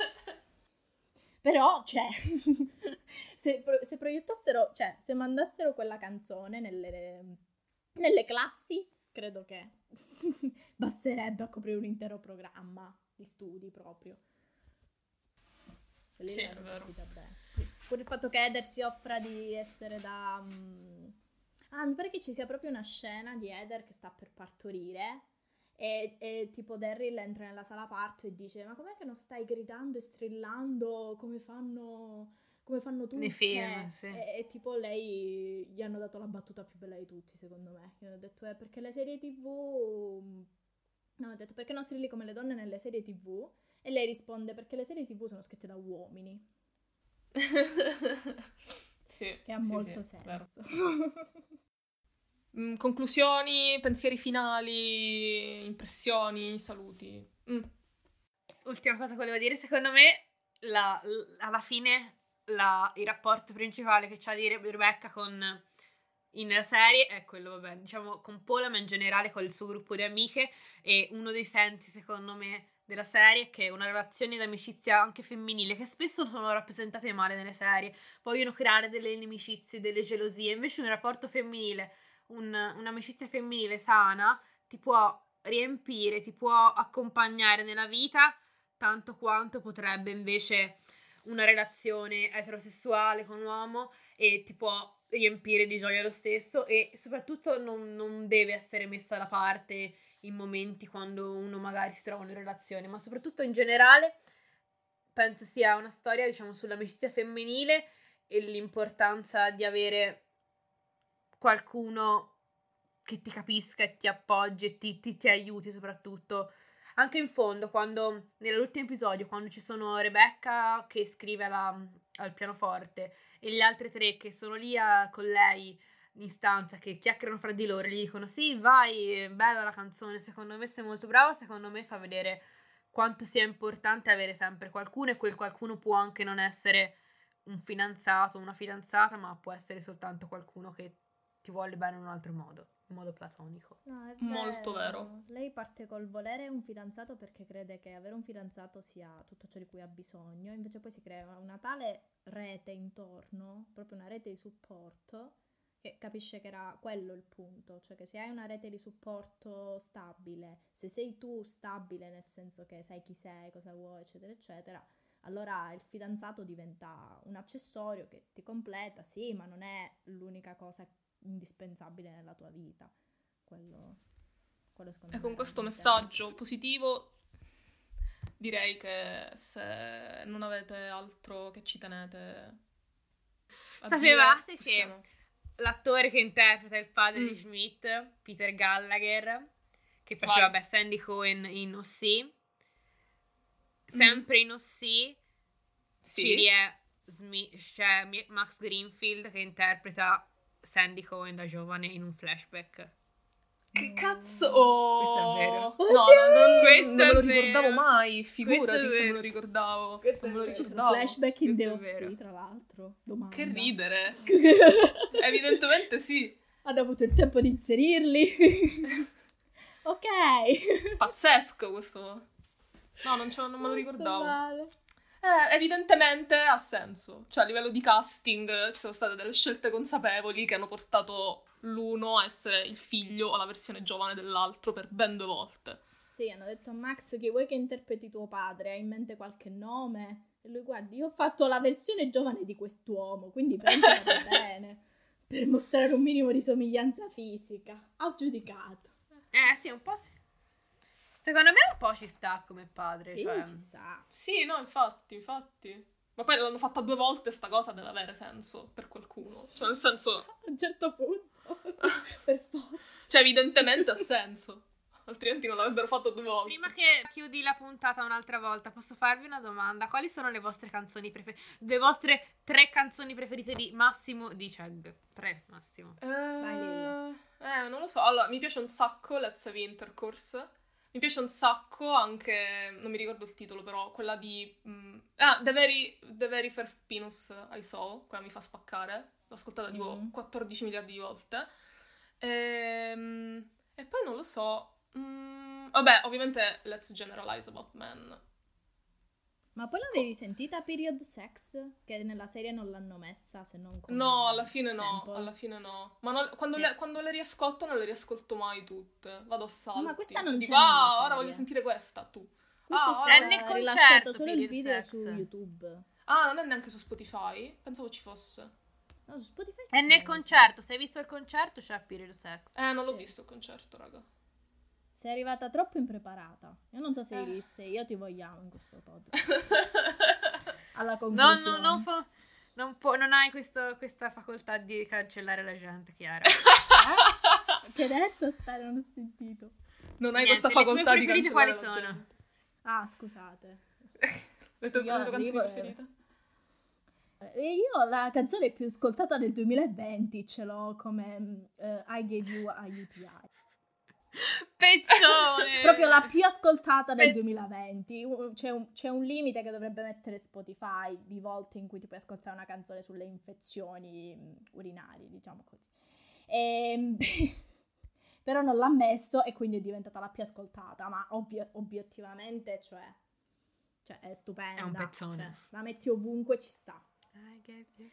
Però, cioè, se, pro- se proiettassero, cioè, se mandassero quella canzone nelle, nelle classi, credo che basterebbe a coprire un intero programma di studi proprio. Lì Sì, è l'hanno vero. gestita bene. Pure il fatto che Eder si offra di essere da... mm, Ah, mi pare che ci sia proprio una scena di Eder che sta per partorire e, e tipo Daryl entra nella sala parto e dice: ma com'è che non stai gridando e strillando come fanno, come fanno Nei tutte? film, sì. E, e tipo lei gli hanno dato la battuta più bella di tutti, secondo me. Gli hanno detto: eh, perché le serie tv... No, ho detto: perché non strilli come le donne nelle serie tv? E lei risponde: perché le serie tv sono scritte da uomini. Sì, Che ha sì, molto sì, vero. senso. Mm, conclusioni, pensieri finali, impressioni, saluti. Mm. Ultima cosa che volevo dire, secondo me la- l- alla fine la- il rapporto principale che c'ha di Re- Rebecca con in serie è quello, vabbè, diciamo con Paula, ma in generale con il suo gruppo di amiche e uno dei sensi, secondo me, della serie è che è una relazione d'amicizia anche femminile che spesso sono rappresentate male nelle serie, vogliono creare delle inimicizie, delle gelosie, invece un rapporto femminile, un- un'amicizia femminile sana ti può riempire, ti può accompagnare nella vita tanto quanto potrebbe invece una relazione eterosessuale con un uomo e ti può riempire di gioia lo stesso e soprattutto non, non deve essere messa da parte in momenti quando uno magari si trova in una relazione, ma soprattutto in generale penso sia una storia, diciamo, sull'amicizia femminile e l'importanza di avere qualcuno che ti capisca e ti appoggi e ti, ti, ti aiuti soprattutto. Anche in fondo, quando nell'ultimo episodio, quando ci sono Rebecca che scrive alla, al pianoforte e gli altri tre che sono lì a, con lei in stanza, che chiacchierano fra di loro e gli dicono sì, vai, è bella la canzone, secondo me sei molto brava, secondo me fa vedere quanto sia importante avere sempre qualcuno, e quel qualcuno può anche non essere un fidanzato, una fidanzata, ma può essere soltanto qualcuno che ti vuole bene in un altro modo, in modo platonico. No, è Molto vero. vero. Lei parte col volere un fidanzato perché crede che avere un fidanzato sia tutto ciò di cui ha bisogno, invece poi si crea una tale rete intorno, proprio una rete di supporto, che capisce che era quello il punto, cioè che se hai una rete di supporto stabile, se sei tu stabile nel senso che sai chi sei, cosa vuoi, eccetera, eccetera, allora il fidanzato diventa un accessorio che ti completa, sì, ma non è l'unica cosa indispensabile nella tua vita. Quello, quello secondo E me con era questo l'intento. messaggio positivo direi che se non avete altro che ci tenete a Sapevate dire, che possiamo... l'attore che interpreta il padre Mm. di Schmidt, Peter Gallagher, che faceva Vai. beh, Sandy Cohen in O C, Mhm. sempre in O C Sì. ci rie- Smi- c'è Mi- Max Greenfield che interpreta Sandy Cohen da giovane in un flashback. Che Mm. cazzo? Oh. Questo è vero. No, Oddio, no, non, questo non me è lo vero. ricordavo mai. Questo Figurati è se me vero. lo ricordavo. Questo non è me lo vero. Ci sono ricordavo. flashback in The O Questo è vero. C, tra l'altro. Domanda. Che ridere. Evidentemente sì. Hanno avuto il tempo di inserirli. Ok. Pazzesco questo. No, non, ce- non me lo Non sto ricordavo. male. Eh, evidentemente ha senso. Cioè, a livello di casting ci sono state delle scelte consapevoli che hanno portato l'uno a essere il figlio o la versione giovane dell'altro per ben due volte. Sì, hanno detto a Max che vuoi che interpreti tuo padre, hai in mente qualche nome? E lui, guardi, io ho fatto la versione giovane di quest'uomo, quindi penso che va bene, per mostrare un minimo di somiglianza fisica. Ha giudicato. Eh sì, un po' sì. Secondo me un po' ci sta come padre. Sì, cioè. ci sta. Sì, no, infatti, infatti. Ma poi l'hanno fatta due volte, sta cosa deve avere senso per qualcuno. Cioè, nel senso... A un certo punto. Per forza. Cioè, evidentemente ha senso. Altrimenti non l'avrebbero fatto due volte. Prima che chiudi la puntata un'altra volta, posso farvi una domanda? Quali sono le vostre canzoni preferite? Le vostre tre canzoni preferite di Massimo di Chegg? Tre, Massimo. Eh, Lillo. eh, non lo so. Allora, mi piace un sacco Let's Have Intercourse. Mi piace un sacco anche, non mi ricordo il titolo però, quella di... mm, ah, The Very, The Very First Penis I Saw, quella mi fa spaccare. L'ho ascoltata tipo Mm. quattordici miliardi di volte. Ehm, E, poi non lo so... mm, vabbè, ovviamente Let's Generalize About Men. Ma poi l'avevi sentita Period Sex? Che nella serie non l'hanno messa, se non con No, alla fine no, sample. alla fine no. Ma non- quando, Sì. le, quando le riascolto non le riascolto mai tutte. Vado a salti. Ma questa Cioè, non dico, c'è nella ah, ora serie." voglio sentire questa, tu. Questo Ah, è ora- È nel stato concerto, rilasciato solo il Period video Sex. su YouTube. Ah, non è neanche su Spotify? Pensavo ci fosse. No, su Spotify È c'è, nel mi sa. concerto, se hai visto il concerto c'è Period Sex. Eh, non l'ho Sì. visto il concerto, raga. Sei arrivata troppo impreparata. Io non so se Eh. Iris e io ti vogliamo in questo podcast. Alla No, conclusione. no, non, fa- non, può- non hai questo- questa facoltà di cancellare la gente, Chiara. Eh? Che hai detto? Aspetta, non ho sentito. Non hai Niente, questa le tue facoltà di preferite cancellare quali la sono? gente. Ah, scusate. Le tue, Io le tue canzoni arrivo- preferite? E io la canzone più ascoltata del duemilaventi ce l'ho come mm, eh, I Gave You a U T I. Peccione! Proprio la più ascoltata del Pezz- duemilaventi. U- C'è un, c'è un limite che dovrebbe mettere Spotify di volte in cui ti puoi ascoltare una canzone sulle infezioni mm, urinarie, diciamo così. Ehm, però non l'ha messo e quindi è diventata la più ascoltata, ma ovvio- obiettivamente, cioè, cioè è stupenda. È un pezzone. Cioè, la metti ovunque, ci sta. I gave you-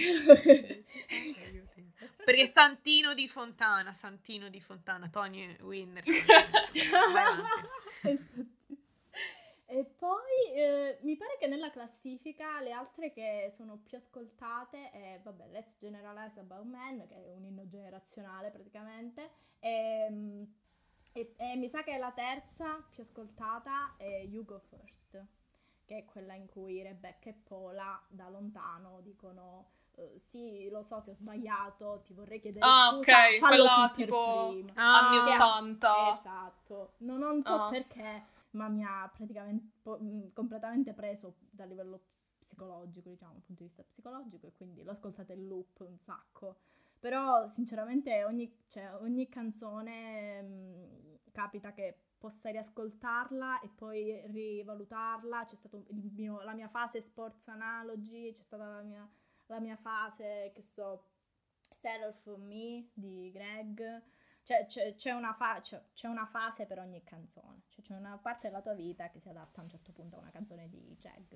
Perché Santino di Fontana, Santino di Fontana, Tony Winner. Vai avanti. E poi eh, mi pare che nella classifica le altre che sono più ascoltate è, vabbè, Let's Generalize About Men, che è un inno generazionale praticamente, e, e- e mi sa che la terza più ascoltata è You Go First, che è quella in cui Rebecca e Paula da lontano dicono eh, sì, lo so che ho sbagliato, ti vorrei chiedere Ah, scusa, ok, fallo quella tu per tipo prima. Ah, anni Che ha- ottanta. Esatto, no, non so Ah. perché, ma mi ha praticamente po- mh, completamente preso dal livello psicologico, diciamo, dal punto di vista psicologico, e quindi l'ho ascoltata in loop un sacco. Però sinceramente ogni, cioè, ogni canzone mh, capita che possa riascoltarla e poi rivalutarla. C'è stata la mia fase sports analogy, c'è stata la mia, la mia fase, che so, Sailor for Me di Greg. Cioè, c'è, c'è, una fa- c'è, c'è una fase per ogni canzone. Cioè, c'è una parte della tua vita che si adatta a un certo punto a una canzone di Jag.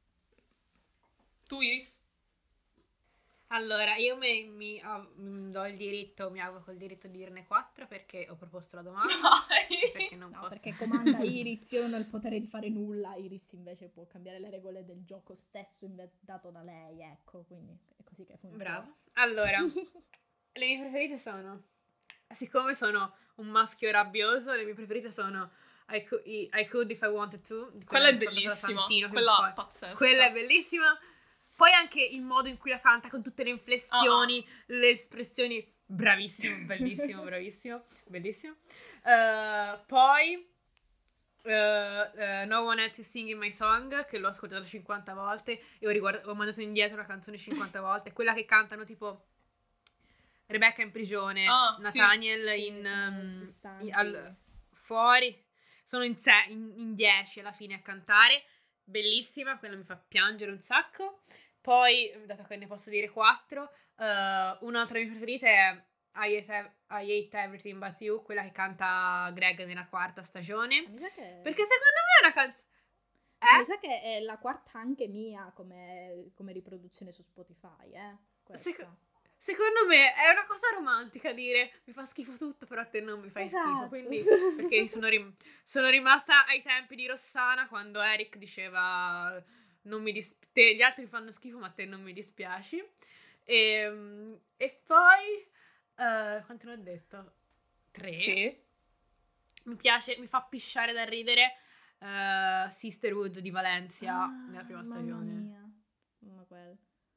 Tu, Iris? Allora, io mi, mi, oh, mi do il diritto, mi auguro col diritto di dirne quattro perché ho proposto la domanda. Dai. Perché non No, posso. perché comanda Iris, io non ho il potere di fare nulla. Iris invece può cambiare le regole del gioco stesso inventato da lei, ecco, quindi è così che funziona. Bravo. Allora, le mie preferite sono, siccome sono un maschio rabbioso, le mie preferite sono I Could, I could If I Wanted To. Quella è bellissima, quella pazzesca. Quella è bellissima. Poi anche il modo in cui la canta, con tutte le inflessioni, uh-huh. le espressioni, bravissimo, bellissimo, bravissimo, bellissimo. Uh, poi uh, uh, No One Else Is Singing My Song, che l'ho ascoltato cinquanta volte e ho, riguard- ho mandato indietro la canzone cinquanta volte, quella che cantano tipo Rebecca in prigione, oh, Nathaniel sì, in, sì, um, in al, fuori, sono in, se- in, in dieci alla fine a cantare, bellissima, quella mi fa piangere un sacco. Poi, dato che ne posso dire quattro, uh, un'altra mia preferita è I Hate, I Hate Everything But You, quella che canta Greg nella quarta stagione. Mi sa che... Perché secondo me è una canzone... Eh? Mi sa che è la quarta anche mia come, come riproduzione su Spotify, eh? Sec- secondo me è una cosa romantica dire mi fa schifo tutto, però a te non mi fai esatto. schifo. Quindi, perché sono, rim- sono rimasta ai tempi di Rossana, quando Eric diceva... Non mi dis- te, gli altri fanno schifo ma a te non mi dispiaci. E, e poi uh, quanto ne ho detto? Tre. Sì. Mi piace, mi fa pisciare da ridere uh, Sisterhood di Valencia ah, nella prima mamma stagione. Mia. Ma quello.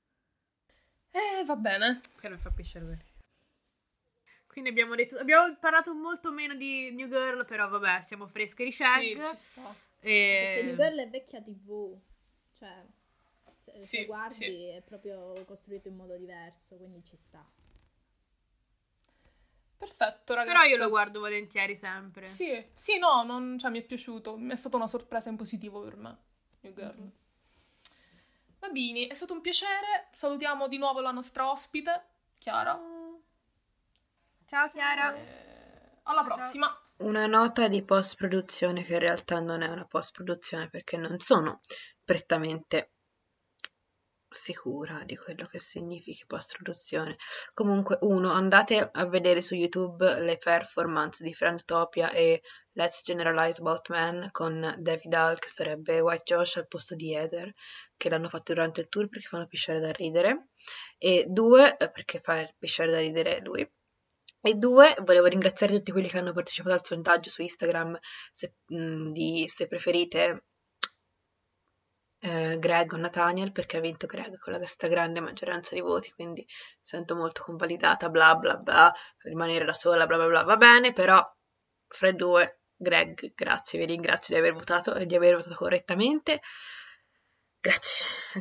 Eh, va bene. Quello mi fa pisciare da ridere. Quindi abbiamo detto, abbiamo parlato molto meno di New Girl, però vabbè, siamo fresche di Shag. Sì, ci sta. E... Perché New Girl è vecchia tivù. Cioè, se, sì, se guardi sì. è proprio costruito in modo diverso, quindi ci sta. Perfetto, ragazzi. Però io lo guardo volentieri sempre. Sì, sì, no, non, cioè, mi è piaciuto. È stata una sorpresa in positivo per me, New Girl. Mm-hmm. Va bene, è stato un piacere. Salutiamo di nuovo la nostra ospite, Chiara. Ciao Chiara. E... alla prossima. Ciao. Una nota di post-produzione che in realtà non è una post-produzione perché non sono prettamente sicura di quello che significhi post-produzione. Comunque, uno, andate a vedere su YouTube le performance di Friendtopia e Let's Generalize About Men con David Hull, che sarebbe White Josh al posto di Heather, che l'hanno fatto durante il tour perché fanno pisciare da ridere, e due, perché fa pisciare da ridere lui. E due, volevo ringraziare tutti quelli che hanno partecipato al sondaggio su Instagram se, mh, di se preferite eh, Greg o Nathaniel, perché ha vinto Greg con la stragrande maggioranza di voti, quindi sento molto convalidata, bla bla bla, rimanere da sola, bla bla bla, va bene, però fra i due, Greg, grazie, vi ringrazio di aver votato e di aver votato correttamente, grazie.